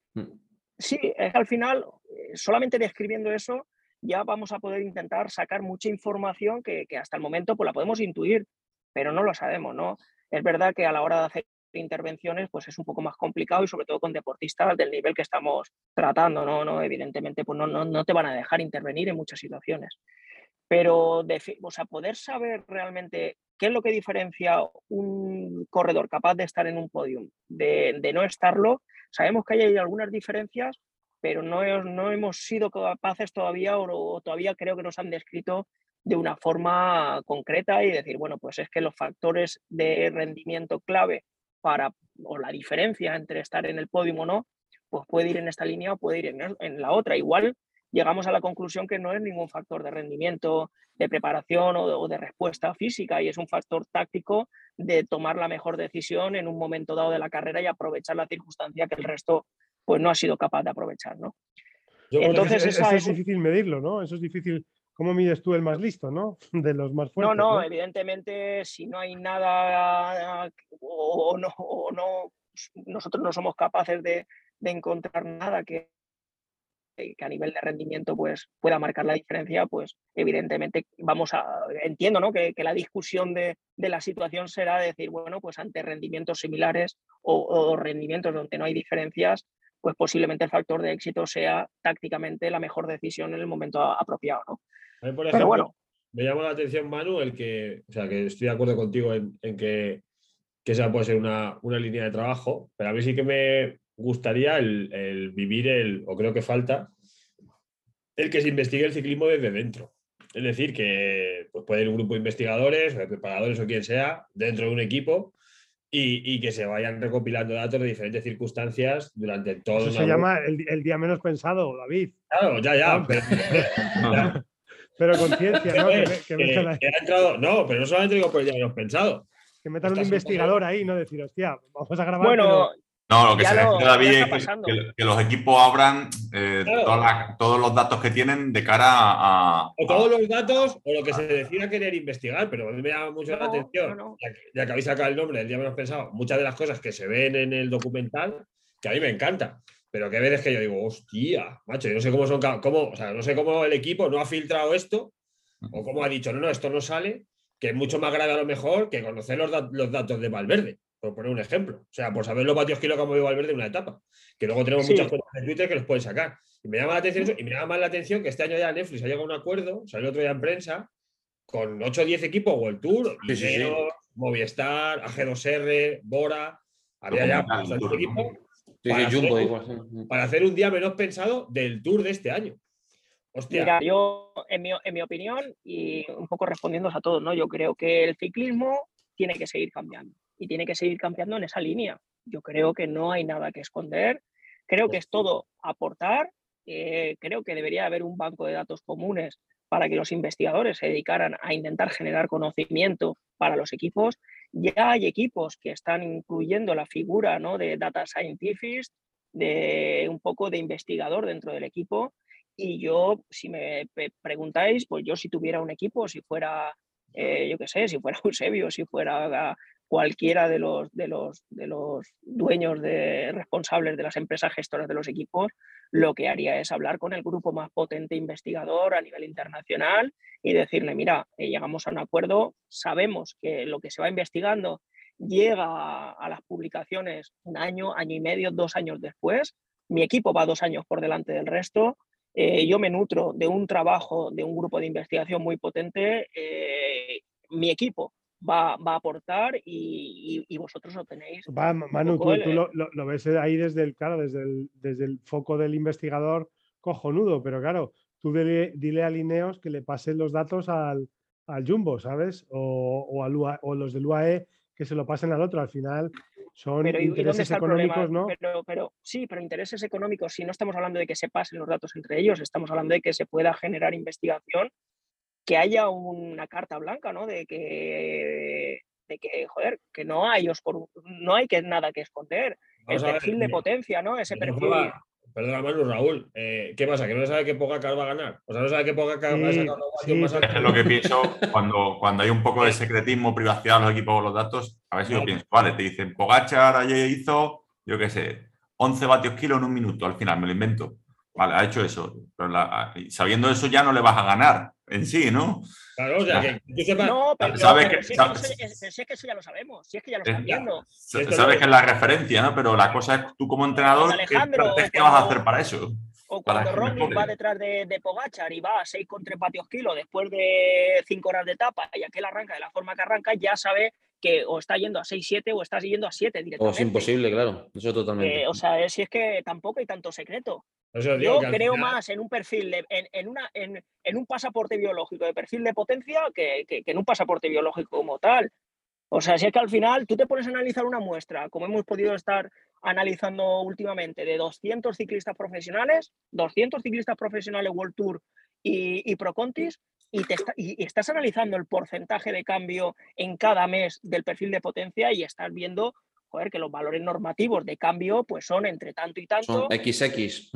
sí, es que al final, solamente describiendo eso, ya vamos a poder intentar sacar mucha información que hasta el momento pues la podemos intuir, pero no lo sabemos, ¿no? Es verdad que a la hora de hacer intervenciones pues es un poco más complicado y sobre todo con deportistas del nivel que estamos tratando, ¿no? Evidentemente pues no te van a dejar intervenir en muchas situaciones. Pero o sea, poder saber realmente qué es lo que diferencia un corredor capaz de estar en un podium de no estarlo, sabemos que hay algunas diferencias, pero no hemos sido capaces todavía o todavía creo que nos han descrito de una forma concreta y decir, bueno, pues es que los factores de rendimiento clave para, o la diferencia entre estar en el podium o no, pues puede ir en esta línea o puede ir en la otra. Igual llegamos a la conclusión que no es ningún factor de rendimiento, de preparación o de respuesta física y es un factor táctico de tomar la mejor decisión en un momento dado de la carrera y aprovechar la circunstancia que el resto pues no ha sido capaz de aprovechar, ¿no? Entonces, eso es difícil medirlo, ¿no? Eso es difícil. ¿Cómo mides tú el más listo, no? De los más fuertes. No, evidentemente, si no hay nada o no, nosotros no somos capaces de encontrar nada que a nivel de rendimiento pues pueda marcar la diferencia, pues evidentemente entiendo, ¿no? que la discusión de la situación será decir, bueno, pues ante rendimientos similares o rendimientos donde no hay diferencias, pues posiblemente el factor de éxito sea tácticamente la mejor decisión en el momento apropiado, ¿no? A mí, por ejemplo, pero bueno, me llama la atención, Manu, que estoy de acuerdo contigo en que esa puede ser una línea de trabajo, pero a mí sí que me gustaría el vivir o creo que falta, el que se investigue el ciclismo desde dentro. Es decir, que pues puede ir un grupo de investigadores, o de preparadores o quien sea, dentro de un equipo y que se vayan recopilando datos de diferentes circunstancias durante todo. Eso se llama el día menos pensado, David. Claro, ya. Pero conciencia, ¿no? No, pero no solamente digo por el día menos pensado. Que metan un investigador ahí, ¿no? Decir, hostia, vamos a grabar. Bueno, no, lo que se refiere, David, es que los equipos abran todos los datos que tienen de cara a... O todos los datos o lo que se decida querer investigar, pero a mí me llama mucho la atención, ya que habéis sacado el nombre del día menos pensado, muchas de las cosas que se ven en el documental, que a mí me encanta, pero que hay veces que yo digo, hostia, macho, yo no sé cómo son, o sea, no sé cómo el equipo no ha filtrado esto, o cómo ha dicho, no, esto no sale, que es mucho más grave a lo mejor que conocer los datos de Valverde, por poner un ejemplo. O sea, por saber los vatios kilo que ha movido Valverde en una etapa. Que luego tenemos muchas cuentas de Twitter que los pueden sacar. Y me llama la atención eso, y me llama más la atención que este año ya Netflix ha llegado a un acuerdo, salió otro día en prensa, con 8 o 10 equipos, World Tour, Ineos, Movistar, AG2R, Bora, había ya bastante equipo para hacer un día menos pensado del Tour de este año. Hostia. Mira, yo, en mi opinión, y un poco respondiendo a todos, ¿no? Yo creo que el ciclismo tiene que seguir cambiando y tiene que seguir cambiando en esa línea. Yo creo que no hay nada que esconder, creo que es todo aportar, creo que debería haber un banco de datos comunes para que los investigadores se dedicaran a intentar generar conocimiento para los equipos. Ya hay equipos que están incluyendo la figura, ¿no? de data scientist, de un poco de investigador dentro del equipo. Y yo, si me preguntáis, pues yo si tuviera un equipo, si fuera, yo qué sé, si fuera Eusebio, si fuera cualquiera de los dueños responsables de las empresas gestoras de los equipos, lo que haría es hablar con el grupo más potente investigador a nivel internacional y decirle, mira, llegamos a un acuerdo, sabemos que lo que se va investigando llega a las publicaciones un año, año y medio, 2 años después, mi equipo va 2 años por delante del resto, yo me nutro de un trabajo de un grupo de investigación muy potente, mi equipo va a aportar y vosotros lo tenéis. Manu, tú lo ves ahí desde el foco del investigador cojonudo, pero claro, tú dile a Lineos que le pasen los datos al Jumbo, ¿sabes? O los del UAE que se lo pasen al otro. Al final son intereses económicos, ¿no? Sí, pero intereses económicos, si no estamos hablando de que se pasen los datos entre ellos, estamos hablando de que se pueda generar investigación, que haya una carta blanca, ¿no? De que joder, que no hay nada que esconder. El perfil de potencia, ¿no? Ese perfil. Perdona, Manu, Raúl, ¿qué pasa? ¿Que no sabe que Pogacar va a ganar? O sea, no sabe que Pogacar va a sacar los vatios más altos. Es lo que pienso cuando hay un poco de secretismo, privacidad en los equipos con los datos. A ver si yo pienso, vale, te dicen, Pogacar ayer hizo, yo qué sé, 11 vatios kilo en un minuto, al final, me lo invento. Vale, ha hecho eso. Pero sabiendo eso ya no le vas a ganar en sí, ¿no? Claro, o sea, que tú sepas... No, pero si es que eso ya lo sabemos, si es que ya lo están viendo. Sabes que es la referencia, ¿no? Pero la cosa es tú como entrenador, ¿qué estrategia vas a hacer para eso? O cuando Roglic va detrás de Pogacar y va a 6,3 vatios kilo después de 5 horas de etapa y aquel arranca de la forma que arranca, ya sabe que o está yendo a 6-7 o está yendo a 7 directamente. Es imposible, claro. Eso totalmente. O sea, si es que tampoco hay tanto secreto. Yo creo más en un perfil, en un pasaporte biológico de perfil de potencia que en un pasaporte biológico como tal. O sea, si es que al final tú te pones a analizar una muestra, como hemos podido estar analizando últimamente, de 200 ciclistas profesionales World Tour y Pro Contis, y estás analizando el porcentaje de cambio en cada mes del perfil de potencia y estás viendo, joder, que los valores normativos de cambio pues son entre tanto y tanto. Son XX.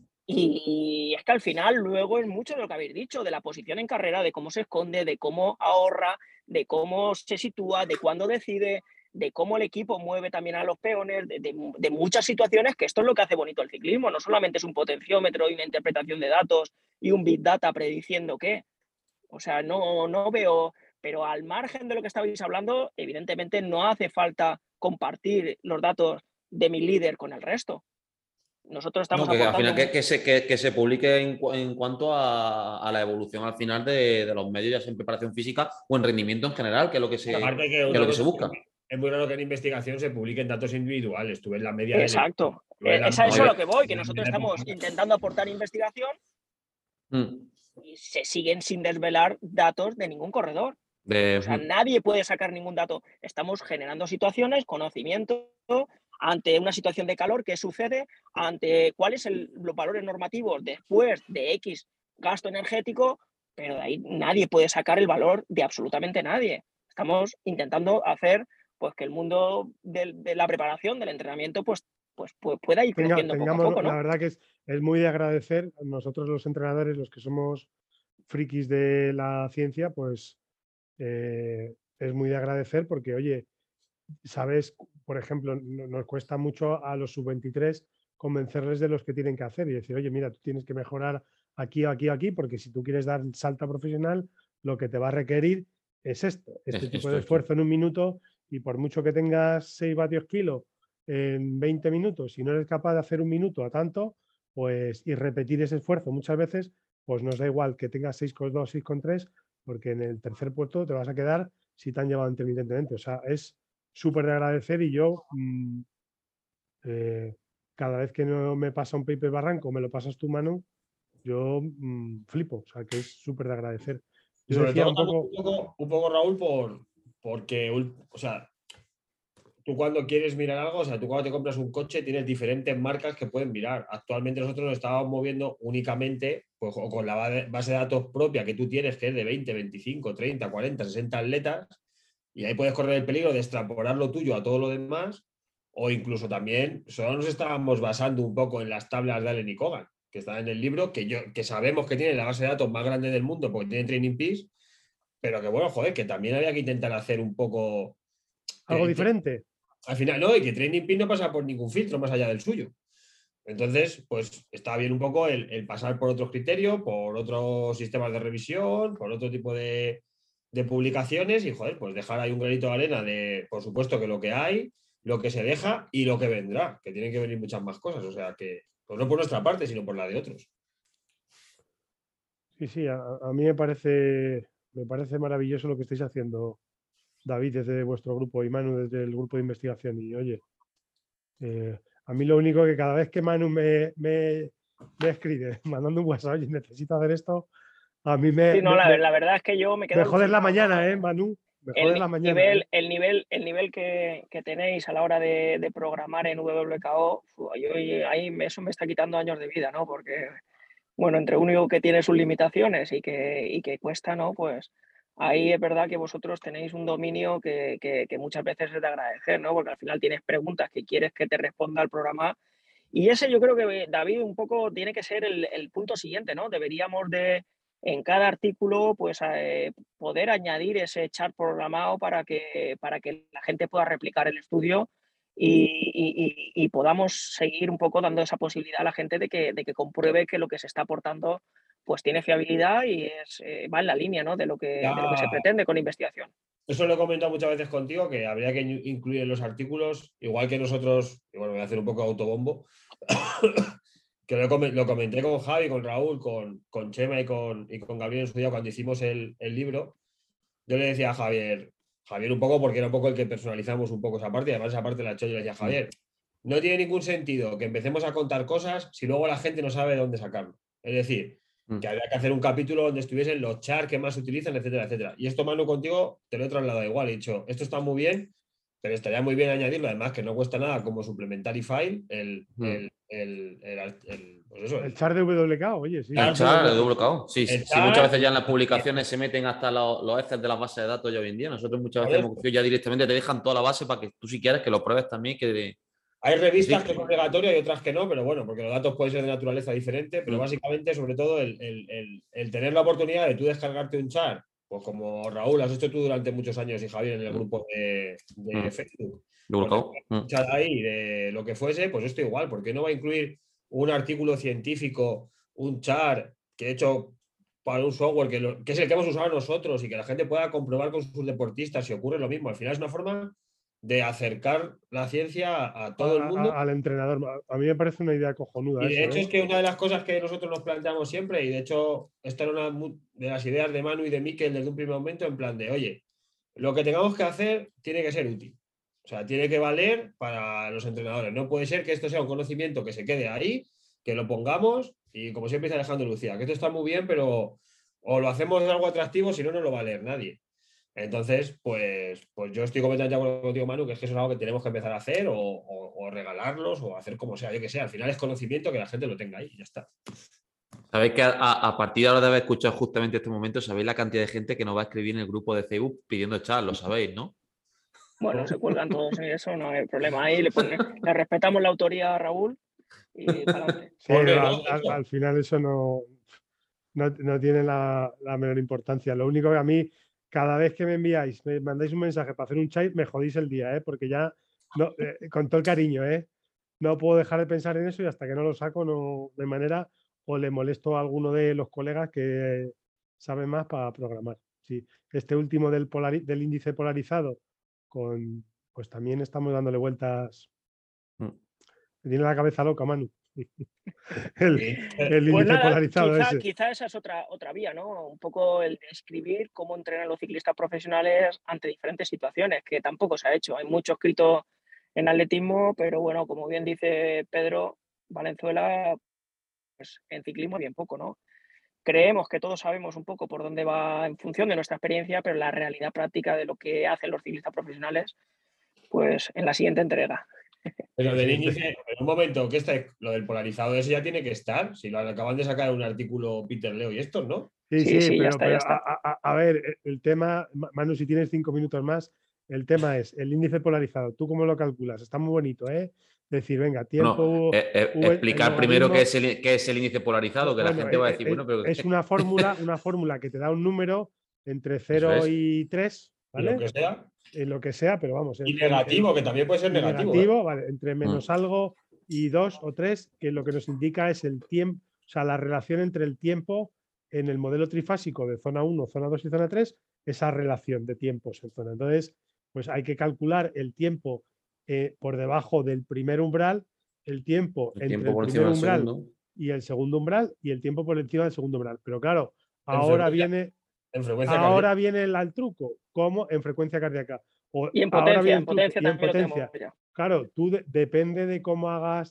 Y es que al final luego es mucho de lo que habéis dicho, de la posición en carrera, de cómo se esconde, de cómo ahorra, de cómo se sitúa, de cuándo decide, de cómo el equipo mueve también a los peones, de muchas situaciones, que esto es lo que hace bonito el ciclismo. No solamente es un potenciómetro y una interpretación de datos y un big data prediciendo qué. O sea, no veo, pero al margen de lo que estabais hablando, evidentemente no hace falta compartir los datos de mi líder con el resto. Nosotros estamos al final que se publique en cuanto a la evolución al final de los medios, ya sea en preparación física o en rendimiento en general, que es lo que se busca. Es muy raro que en investigación se publiquen datos individuales. Tú ves la media. Exacto. Es a eso a lo que voy, que nosotros estamos intentando aportar investigación y se siguen sin desvelar datos de ningún corredor. O sea, nadie puede sacar ningún dato. Estamos generando situaciones, conocimiento ante una situación de calor, qué sucede, ante cuáles los valores normativos después de X gasto energético, pero de ahí nadie puede sacar el valor de absolutamente nadie. Estamos intentando hacer pues que el mundo de la preparación, del entrenamiento, pues pueda ir creciendo poco a poco, ¿no? La verdad que es muy de agradecer. Nosotros los entrenadores, los que somos frikis de la ciencia, pues es muy de agradecer porque, oye, sabes, por ejemplo, nos cuesta mucho a los sub-23 convencerles de los que tienen que hacer y decir, oye, mira, tú tienes que mejorar aquí, aquí, aquí, porque si tú quieres dar salto profesional, lo que te va a requerir es este tipo de esfuerzo en un minuto, y por mucho que tengas 6 vatios kilo en 20 minutos, si no eres capaz de hacer un minuto a tanto, pues y repetir ese esfuerzo muchas veces, pues nos da igual que tengas 6,2, 6,3, porque en el tercer puesto te vas a quedar si te han llevado intermitentemente. O sea, es súper de agradecer y yo cada vez que no me pasa un Paper Barranco, me lo pasas tú, Manu, yo flipo. O sea, que es súper de agradecer. Yo decía un poco, Raúl, porque, o sea, tú cuando quieres mirar algo, o sea, tú cuando te compras un coche tienes diferentes marcas que pueden mirar. Actualmente nosotros nos estábamos moviendo únicamente pues, o con la base de datos propia que tú tienes, que es de 20, 25, 30, 40, 60 atletas, y ahí puedes correr el peligro de extrapolar lo tuyo a todo lo demás, o incluso también solo nos estábamos basando un poco en las tablas de Allen y Kogan, que están en el libro, que sabemos que tiene la base de datos más grande del mundo porque tiene Training Peaks, pero que bueno, joder, que también había que intentar hacer un poco algo diferente. Al final, no, y que Training Peaks no pasa por ningún filtro más allá del suyo. Entonces, pues está bien un poco el pasar por otros criterios, por otros sistemas de revisión, por otro tipo de publicaciones y, joder, pues dejar ahí un granito de arena de, por supuesto, que lo que hay, lo que se deja y lo que vendrá, que tienen que venir muchas más cosas. O sea, que pues no por nuestra parte, sino por la de otros. Sí, a mí me parece maravilloso lo que estáis haciendo, David, desde vuestro grupo y Manu desde el grupo de investigación. Y oye, a mí lo único que cada vez que Manu me escribe mandando un WhatsApp, oye, necesito hacer esto, a mí Sí, no, la verdad es que yo me quedo me jodes la alucinado, mañana, ¿no? Manu. Me jodes la mañana. El nivel que tenéis a la hora de programar en WKO, ahí eso me está quitando años de vida, ¿no? Porque, bueno, entre uno que tiene sus limitaciones y que cuesta, ¿no? Pues ahí es verdad que vosotros tenéis un dominio que muchas veces es de agradecer, ¿no? Porque al final tienes preguntas que quieres que te responda el programa. Y ese yo creo que, David, un poco tiene que ser el punto siguiente, ¿no? Deberíamos en cada artículo, pues poder añadir ese chat programado para que la gente pueda replicar el estudio y podamos seguir un poco dando esa posibilidad a la gente de que compruebe que lo que se está aportando pues tiene fiabilidad y va en la línea, ¿no? de lo que se pretende con la investigación. Eso lo he comentado muchas veces contigo, que habría que incluir en los artículos, igual que nosotros, y bueno, voy a hacer un poco de autobombo, que lo comenté con Javi, con Raúl, con Chema y con Gabriel en su día cuando hicimos el libro. Yo le decía a Javier un poco, porque era un poco el que personalizamos un poco esa parte, y además esa parte la he hecho yo, le decía a Javier, no tiene ningún sentido que empecemos a contar cosas si luego la gente no sabe de dónde sacarlo. Es decir, que habría que hacer un capítulo donde estuviesen los chars que más se utilizan, etcétera, etcétera. Y esto, Manu, contigo te lo he trasladado igual. He dicho, esto está muy bien, pero estaría muy bien añadirlo, además que no cuesta nada como supplementary file, el char de WK, oye, sí. El char de WKO. Sí, muchas veces ya en las publicaciones se meten hasta los Excel de las bases de datos ya hoy en día. Nosotros muchas veces hemos cogido ya directamente, te dejan toda la base para que tú si quieres que lo pruebes también. Hay revistas que es obligatorio y otras que no, pero bueno, porque los datos pueden ser de naturaleza diferente, pero básicamente, sobre todo, el tener la oportunidad de tú descargarte un char, pues como Raúl, has hecho tú durante muchos años y Javier en el grupo de Facebook, un char ahí de lo que fuese, pues esto igual, ¿por qué no va a incluir un artículo científico, un char que he hecho para un software que es el que hemos usado nosotros y que la gente pueda comprobar con sus deportistas si ocurre lo mismo? Al final es una forma de acercar la ciencia a todo el mundo. Al entrenador. A mí me parece una idea cojonuda. Y de hecho es que una de las cosas que nosotros nos planteamos siempre, y de hecho esta era una de las ideas de Manu y de Mikel desde un primer momento, en plan de, oye, lo que tengamos que hacer tiene que ser útil. O sea, tiene que valer para los entrenadores. No puede ser que esto sea un conocimiento que se quede ahí, que lo pongamos y como siempre dice Alejandro Lucía, que esto está muy bien, pero o lo hacemos de algo atractivo, si no, no lo va a leer nadie. Entonces, pues yo estoy completamente de acuerdo contigo, Manu, que es algo que tenemos que empezar a hacer o regalarlos o hacer como sea, yo que sé. Al final es conocimiento que la gente lo tenga ahí y ya está. Sabéis que a partir de ahora de haber escuchado justamente este momento, sabéis la cantidad de gente que nos va a escribir en el grupo de Facebook pidiendo chat, lo sabéis, ¿no? Bueno, se cuelgan todos, eso no hay problema. Ahí le respetamos la autoría a Raúl y para adelante. Sí, al final eso no tiene la menor importancia. Lo único que a mí, cada vez que me mandáis un mensaje para hacer un chat, me jodís el día, porque ya, con todo el cariño, no puedo dejar de pensar en eso y hasta que no lo saco, no de manera, o le molesto a alguno de los colegas que saben más para programar. Sí, este último del índice polarizado, pues también estamos dándole vueltas. Me tiene la cabeza loca, Manu. el índice pues nada, polarizado quizá esa es otra vía, ¿no? Un poco el de escribir cómo entrenan los ciclistas profesionales ante diferentes situaciones, que tampoco se ha hecho. Hay mucho escrito en atletismo, pero bueno, como bien dice Pedro Valenzuela, pues en ciclismo bien poco, ¿no? Creemos que todos sabemos un poco por dónde va en función de nuestra experiencia, pero la realidad práctica de lo que hacen los ciclistas profesionales, pues en la siguiente entrega. Pero del índice, en un momento, que lo del polarizado ese ya tiene que estar. Si lo acaban de sacar un artículo Peter Leo y estos, ¿no? Sí, pero ya está. A ver, el tema, Manu, si tienes 5 minutos más, el tema es el índice polarizado. ¿Tú cómo lo calculas? Está muy bonito, ¿eh? Decir, venga, tiempo. Explicar primero qué es el índice polarizado, que la gente va a decir, bueno, pero. Es una fórmula que te da un número entre 0 y 3, ¿vale? Lo que sea. lo que sea, pero vamos. Y negativo, que también puede ser negativo. Vale, entre menos algo y 2 o 3, que lo que nos indica es el tiempo, o sea, la relación entre el tiempo en el modelo trifásico de zona 1, zona 2 y zona 3, esa relación de tiempos en zona. Entonces, pues hay que calcular el tiempo por debajo del primer umbral, el tiempo entre el primer umbral y el segundo umbral, y el tiempo por encima del segundo umbral. Pero claro, ahora viene el truco, como en frecuencia cardíaca. Y en potencia, también lo tenemos ya. Claro, tú depende de cómo hagas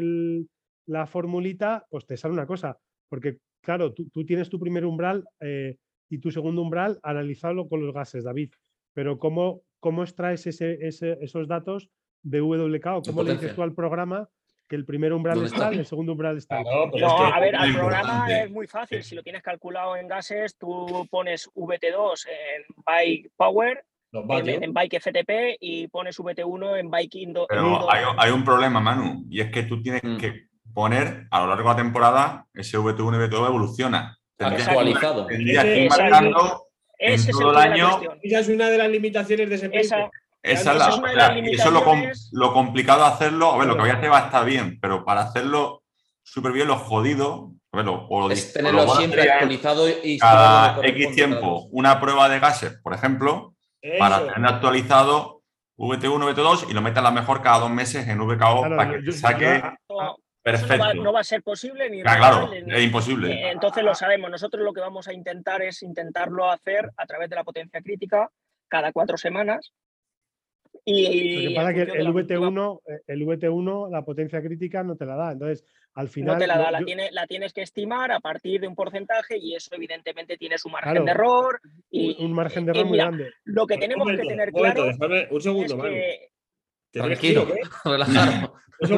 la formulita, pues te sale una cosa. Porque, claro, tú tienes tu primer umbral y tu segundo umbral, analizarlo con los gases, David. Pero ¿cómo extraes esos datos de WK o cómo le dices tú al programa que el primer umbral es tal, el segundo umbral es tal? Claro, pero a ver, al programa es muy fácil. Si lo tienes calculado en gases, tú pones VT2 en Bike Power, en Bike FTP, y pones VT1 en Bike Indo. Pero hay un problema, Manu, y es que tú tienes que poner a lo largo de la temporada ese VT1 y VT2 evoluciona. Actualizado. Tendrías que ir marcando en todo el año. Esa es una de las limitaciones de ese proyecto. Eso es lo complicado de hacerlo. A ver, lo que voy a hacer va a estar bien, pero para hacerlo súper bien, lo jodido, es tenerlo siempre actualizado y cada X tiempo una prueba de gases, por ejemplo, para tener actualizado VT1, VT2 y lo metas a lo mejor cada 2 meses en VKO para que te saque perfecto. No va a ser posible ni claro, es imposible. Entonces lo sabemos. Nosotros lo que vamos a intentar es intentarlo hacer a través de la potencia crítica cada 4 semanas. Lo que pasa es que el VT1, la potencia crítica no te la da. Entonces, al final. No te la da, la tienes que estimar a partir de un porcentaje, y eso evidentemente tiene su margen de error. Un margen de error muy grande. Lo que tenemos que tener claro. Déjame un segundo, Manu. Tranquilo, relajado.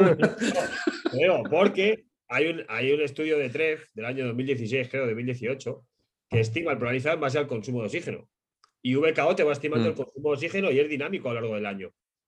Porque hay un estudio de TREF del año 2016, creo, 2018, que estima el polarizado en base al consumo de oxígeno. Y VKO te va estimando el consumo de oxígeno y es dinámico a lo largo del año.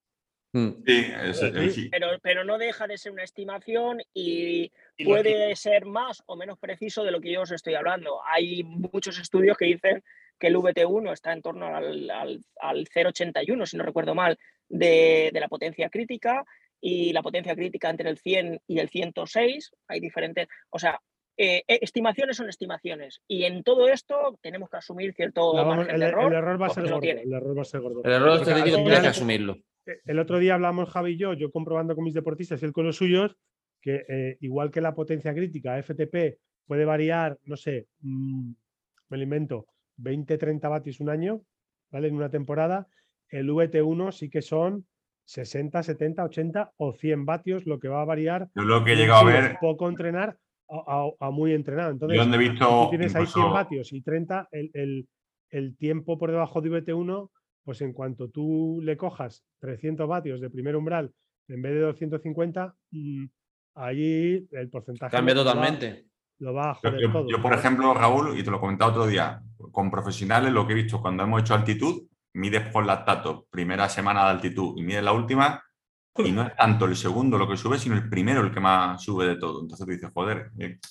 Sí. Pero no deja de ser una estimación y puede ser más o menos preciso de lo que yo os estoy hablando. Hay muchos estudios que dicen que el VT1 está en torno al 0,81, si no recuerdo mal, de la potencia crítica, y la potencia crítica entre el 100 y el 106. Hay diferentes... O sea, estimaciones son estimaciones, y en todo esto tenemos que asumir cierto margen de error. El error va a ser gordo. El error estadístico tienes que asumirlo. El otro día hablamos Javi y yo comprobando con mis deportistas y él con los suyos, que igual que la potencia crítica FTP puede variar, no sé, me lo invento, 20-30 vatios un año, ¿vale? En una temporada. El VT1 sí que son 60, 70, 80 o 100 vatios, lo que va a variar. Yo lo que he llegado a ver. Poco entrenar a muy entrenado. Entonces, yo donde he visto, tú tienes ahí 100 vatios y 30, el tiempo por debajo de VT1, pues en cuanto tú le cojas 300 vatios de primer umbral en vez de 250, ahí el porcentaje cambia totalmente. Lo va a joder todo. Yo, por ejemplo, Raúl, y te lo comentaba otro día, con profesionales lo que he visto cuando hemos hecho altitud, mides por lactato, primera semana de altitud y mides la última, y no es tanto el segundo lo que sube, sino el primero el que más sube de todo. Entonces tú dices, joder,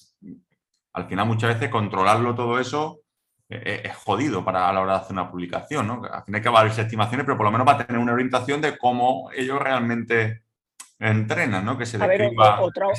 al final muchas veces controlarlo todo eso es jodido a la hora de hacer una publicación, ¿no? Al final hay que varias estimaciones, pero por lo menos va a tener una orientación de cómo ellos realmente entrenan, ¿no? Que se describa,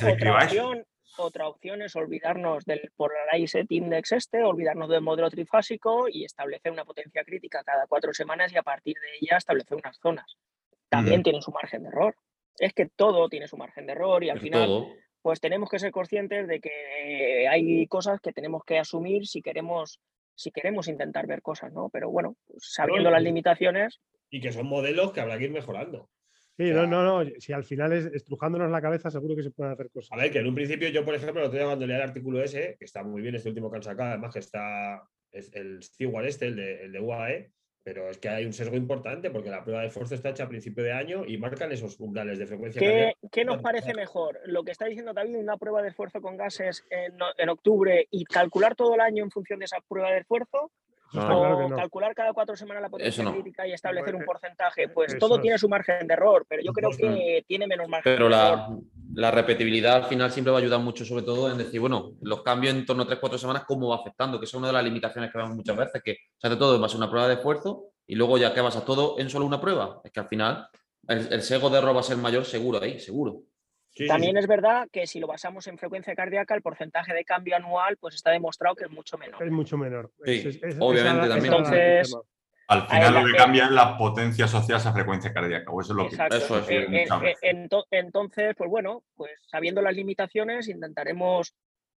otra opción es olvidarnos del Polarized Index olvidarnos del modelo trifásico y establecer una potencia crítica cada 4 semanas, y a partir de ella establecer unas zonas. También tiene su margen de error. Es que todo tiene su margen de error, y al final pues tenemos que ser conscientes de que hay cosas que tenemos que asumir si queremos intentar ver cosas, ¿no? Pero bueno, pues, sabiendo las limitaciones. Y que son modelos que habrá que ir mejorando. Sí, no. Si al final es estrujándonos la cabeza, seguro que se pueden hacer cosas. A ver, que en un principio yo, por ejemplo, el otro día cuando leí el artículo ese, que está muy bien este último que han sacado, además que es el Steward el de UAE, pero es que hay un sesgo importante porque la prueba de esfuerzo está hecha a principio de año y marcan esos umbrales de frecuencia. ¿Qué nos parece mejor? Lo que está diciendo David, una prueba de esfuerzo con gases en octubre y calcular todo el año en función de esa prueba de esfuerzo, o calcular cada 4 semanas la potencia crítica y establecer un porcentaje. Pues todo tiene su margen de error, pero yo creo que tiene menos margen de error. Pero la repetibilidad al final siempre va a ayudar mucho, sobre todo en decir, bueno, los cambios en torno a 3-4 semanas, ¿cómo va afectando? Que es una de las limitaciones que vemos muchas veces, que se hace todo en base a una prueba de esfuerzo y luego ya que basas todo en solo una prueba. Es que al final el sesgo de error va a ser mayor seguro ahí, seguro. Sí, También sí. es verdad que si lo basamos en frecuencia cardíaca, el porcentaje de cambio anual pues está demostrado que es mucho menor. Es mucho menor. Sí, obviamente también. Entonces, al final lo que cambia es la potencia asociada a esa frecuencia cardíaca, o eso es lo que exacto. Eso es. muchas veces. Entonces, pues bueno, pues sabiendo las limitaciones, intentaremos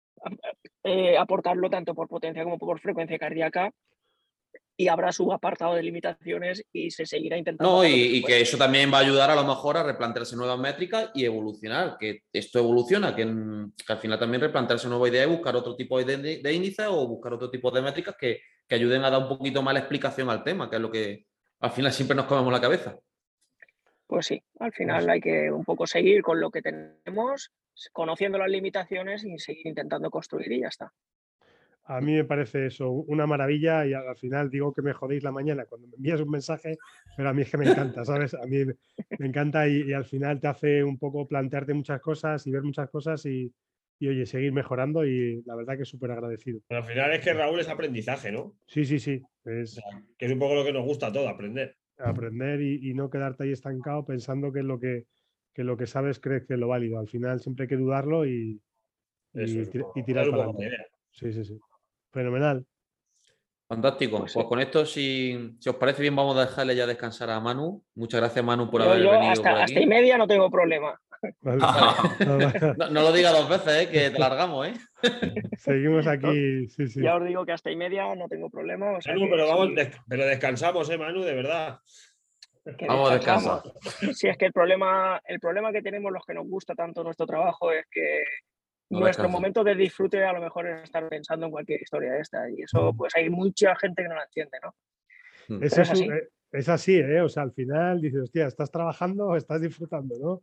aportarlo tanto por potencia como por frecuencia cardíaca, y habrá su apartado de limitaciones y se seguirá intentando. No, y que eso también va a ayudar a lo mejor a replantearse nuevas métricas y evolucionar, que esto evoluciona, que al final también replantearse nueva idea y buscar otro tipo de índices o buscar otro tipo de métricas que ayuden a dar un poquito más la explicación al tema, que es lo que al final siempre nos comemos la cabeza. Pues sí, al final hay que un poco seguir con lo que tenemos, conociendo las limitaciones y seguir intentando construir y ya está. A mí me parece eso una maravilla y al final digo que me jodéis la mañana cuando me envías un mensaje, pero a mí es que me encanta, ¿sabes? A mí me encanta y al final te hace un poco plantearte muchas cosas y ver muchas cosas y oye, seguir mejorando y la verdad que súper agradecido. Pero al final es que Raúl es aprendizaje, ¿no? Sí. O sea, que es un poco lo que nos gusta a todo, aprender. Aprender y no quedarte ahí estancado pensando que lo que sabes crees que es lo válido. Al final siempre hay que dudarlo y tirar para adelante. Sí. Fenomenal. Fantástico. Pues Pues sí. con esto, si os parece bien, vamos a dejarle ya descansar a Manu. Muchas gracias, Manu, por Yo haber venido por hasta aquí. 1:30 no tengo problema. Vale. No lo digas 2 veces, que te largamos, ¿eh? Seguimos aquí, sí. Ya os digo que hasta 1:30 no tengo problema. O sea Manu, que pero vamos, sí, pero descansamos, Manu, de verdad. que Vamos a descansamos. descansar. Si es que el problema que tenemos los que nos gusta tanto nuestro trabajo es que No nuestro descansa. momento de disfrute a lo mejor es estar pensando en cualquier historia de esta, y eso pues hay mucha gente que no la entiende, ¿no? Eso Pero es así. es así, ¿eh? O sea, al final dices, hostia, ¿estás trabajando o estás disfrutando, no?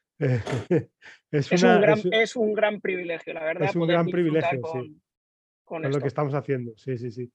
Es un gran privilegio, la verdad, es un poder gran disfrutar privilegio, sí, con con lo esto. que estamos haciendo, sí.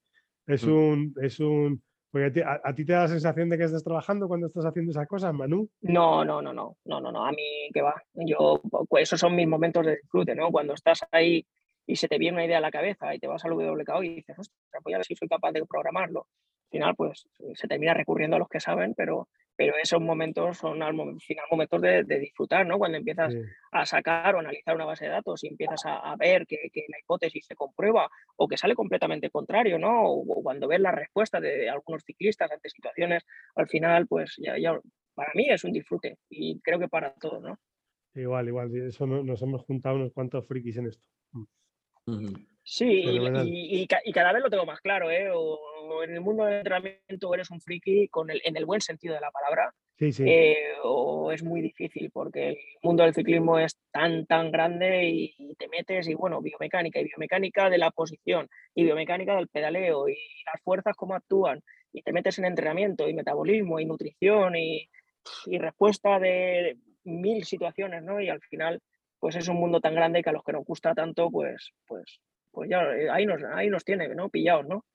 Porque a ti te da la sensación de que estás trabajando cuando estás haciendo esas cosas, Manu. No. A mí qué va. Pues esos son mis momentos de disfrute, ¿no? Cuando estás ahí y se te viene una idea a la cabeza y te vas al WKO y dices, ostras, voy a ver si soy capaz de programarlo. Al final, pues se termina recurriendo a los que saben, pero esos momentos son al final momentos de disfrutar, ¿no? Cuando empiezas Sí. a sacar o analizar una base de datos y empiezas a ver que la hipótesis se comprueba o que sale completamente contrario, ¿no? O cuando ves las respuestas de algunos ciclistas ante situaciones, al final, pues ya para mí es un disfrute y creo que para todos, ¿no? Igual, sí, eso nos hemos juntado unos cuantos frikis en esto. Sí, Fenomenal. y cada vez lo tengo más claro, ¿eh? O en el mundo del entrenamiento eres un friki en el buen sentido de la palabra, Sí. o es muy difícil porque el mundo del ciclismo es tan grande y te metes y bueno, biomecánica de la posición y biomecánica del pedaleo y las fuerzas cómo actúan y te metes en entrenamiento y metabolismo y nutrición y respuesta de 1000 situaciones, ¿no? Y al final pues es un mundo tan grande que a los que nos gusta tanto, pues ya ahí nos tiene, ¿no? Pillados, ¿no?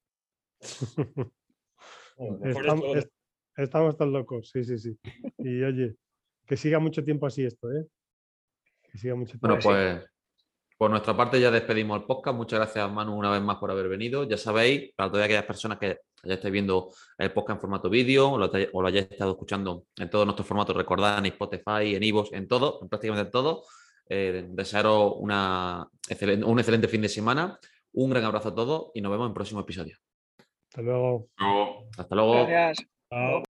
Estamos tan locos, sí. Y oye, que siga mucho tiempo así esto, ¿eh? Que siga mucho tiempo. Bueno, pues por nuestra parte ya despedimos el podcast. Muchas gracias, Manu, una vez más por haber venido. Ya sabéis, para todas aquellas personas que ya estáis viendo el podcast en formato vídeo o lo hayáis estado escuchando en todos nuestros formatos, recordad, en Spotify, en iVoox, en todo, en prácticamente todo. Desearos un excelente fin de semana. Un gran abrazo a todos y nos vemos en el próximo episodio. Hasta luego. Hasta luego. Gracias. Chao.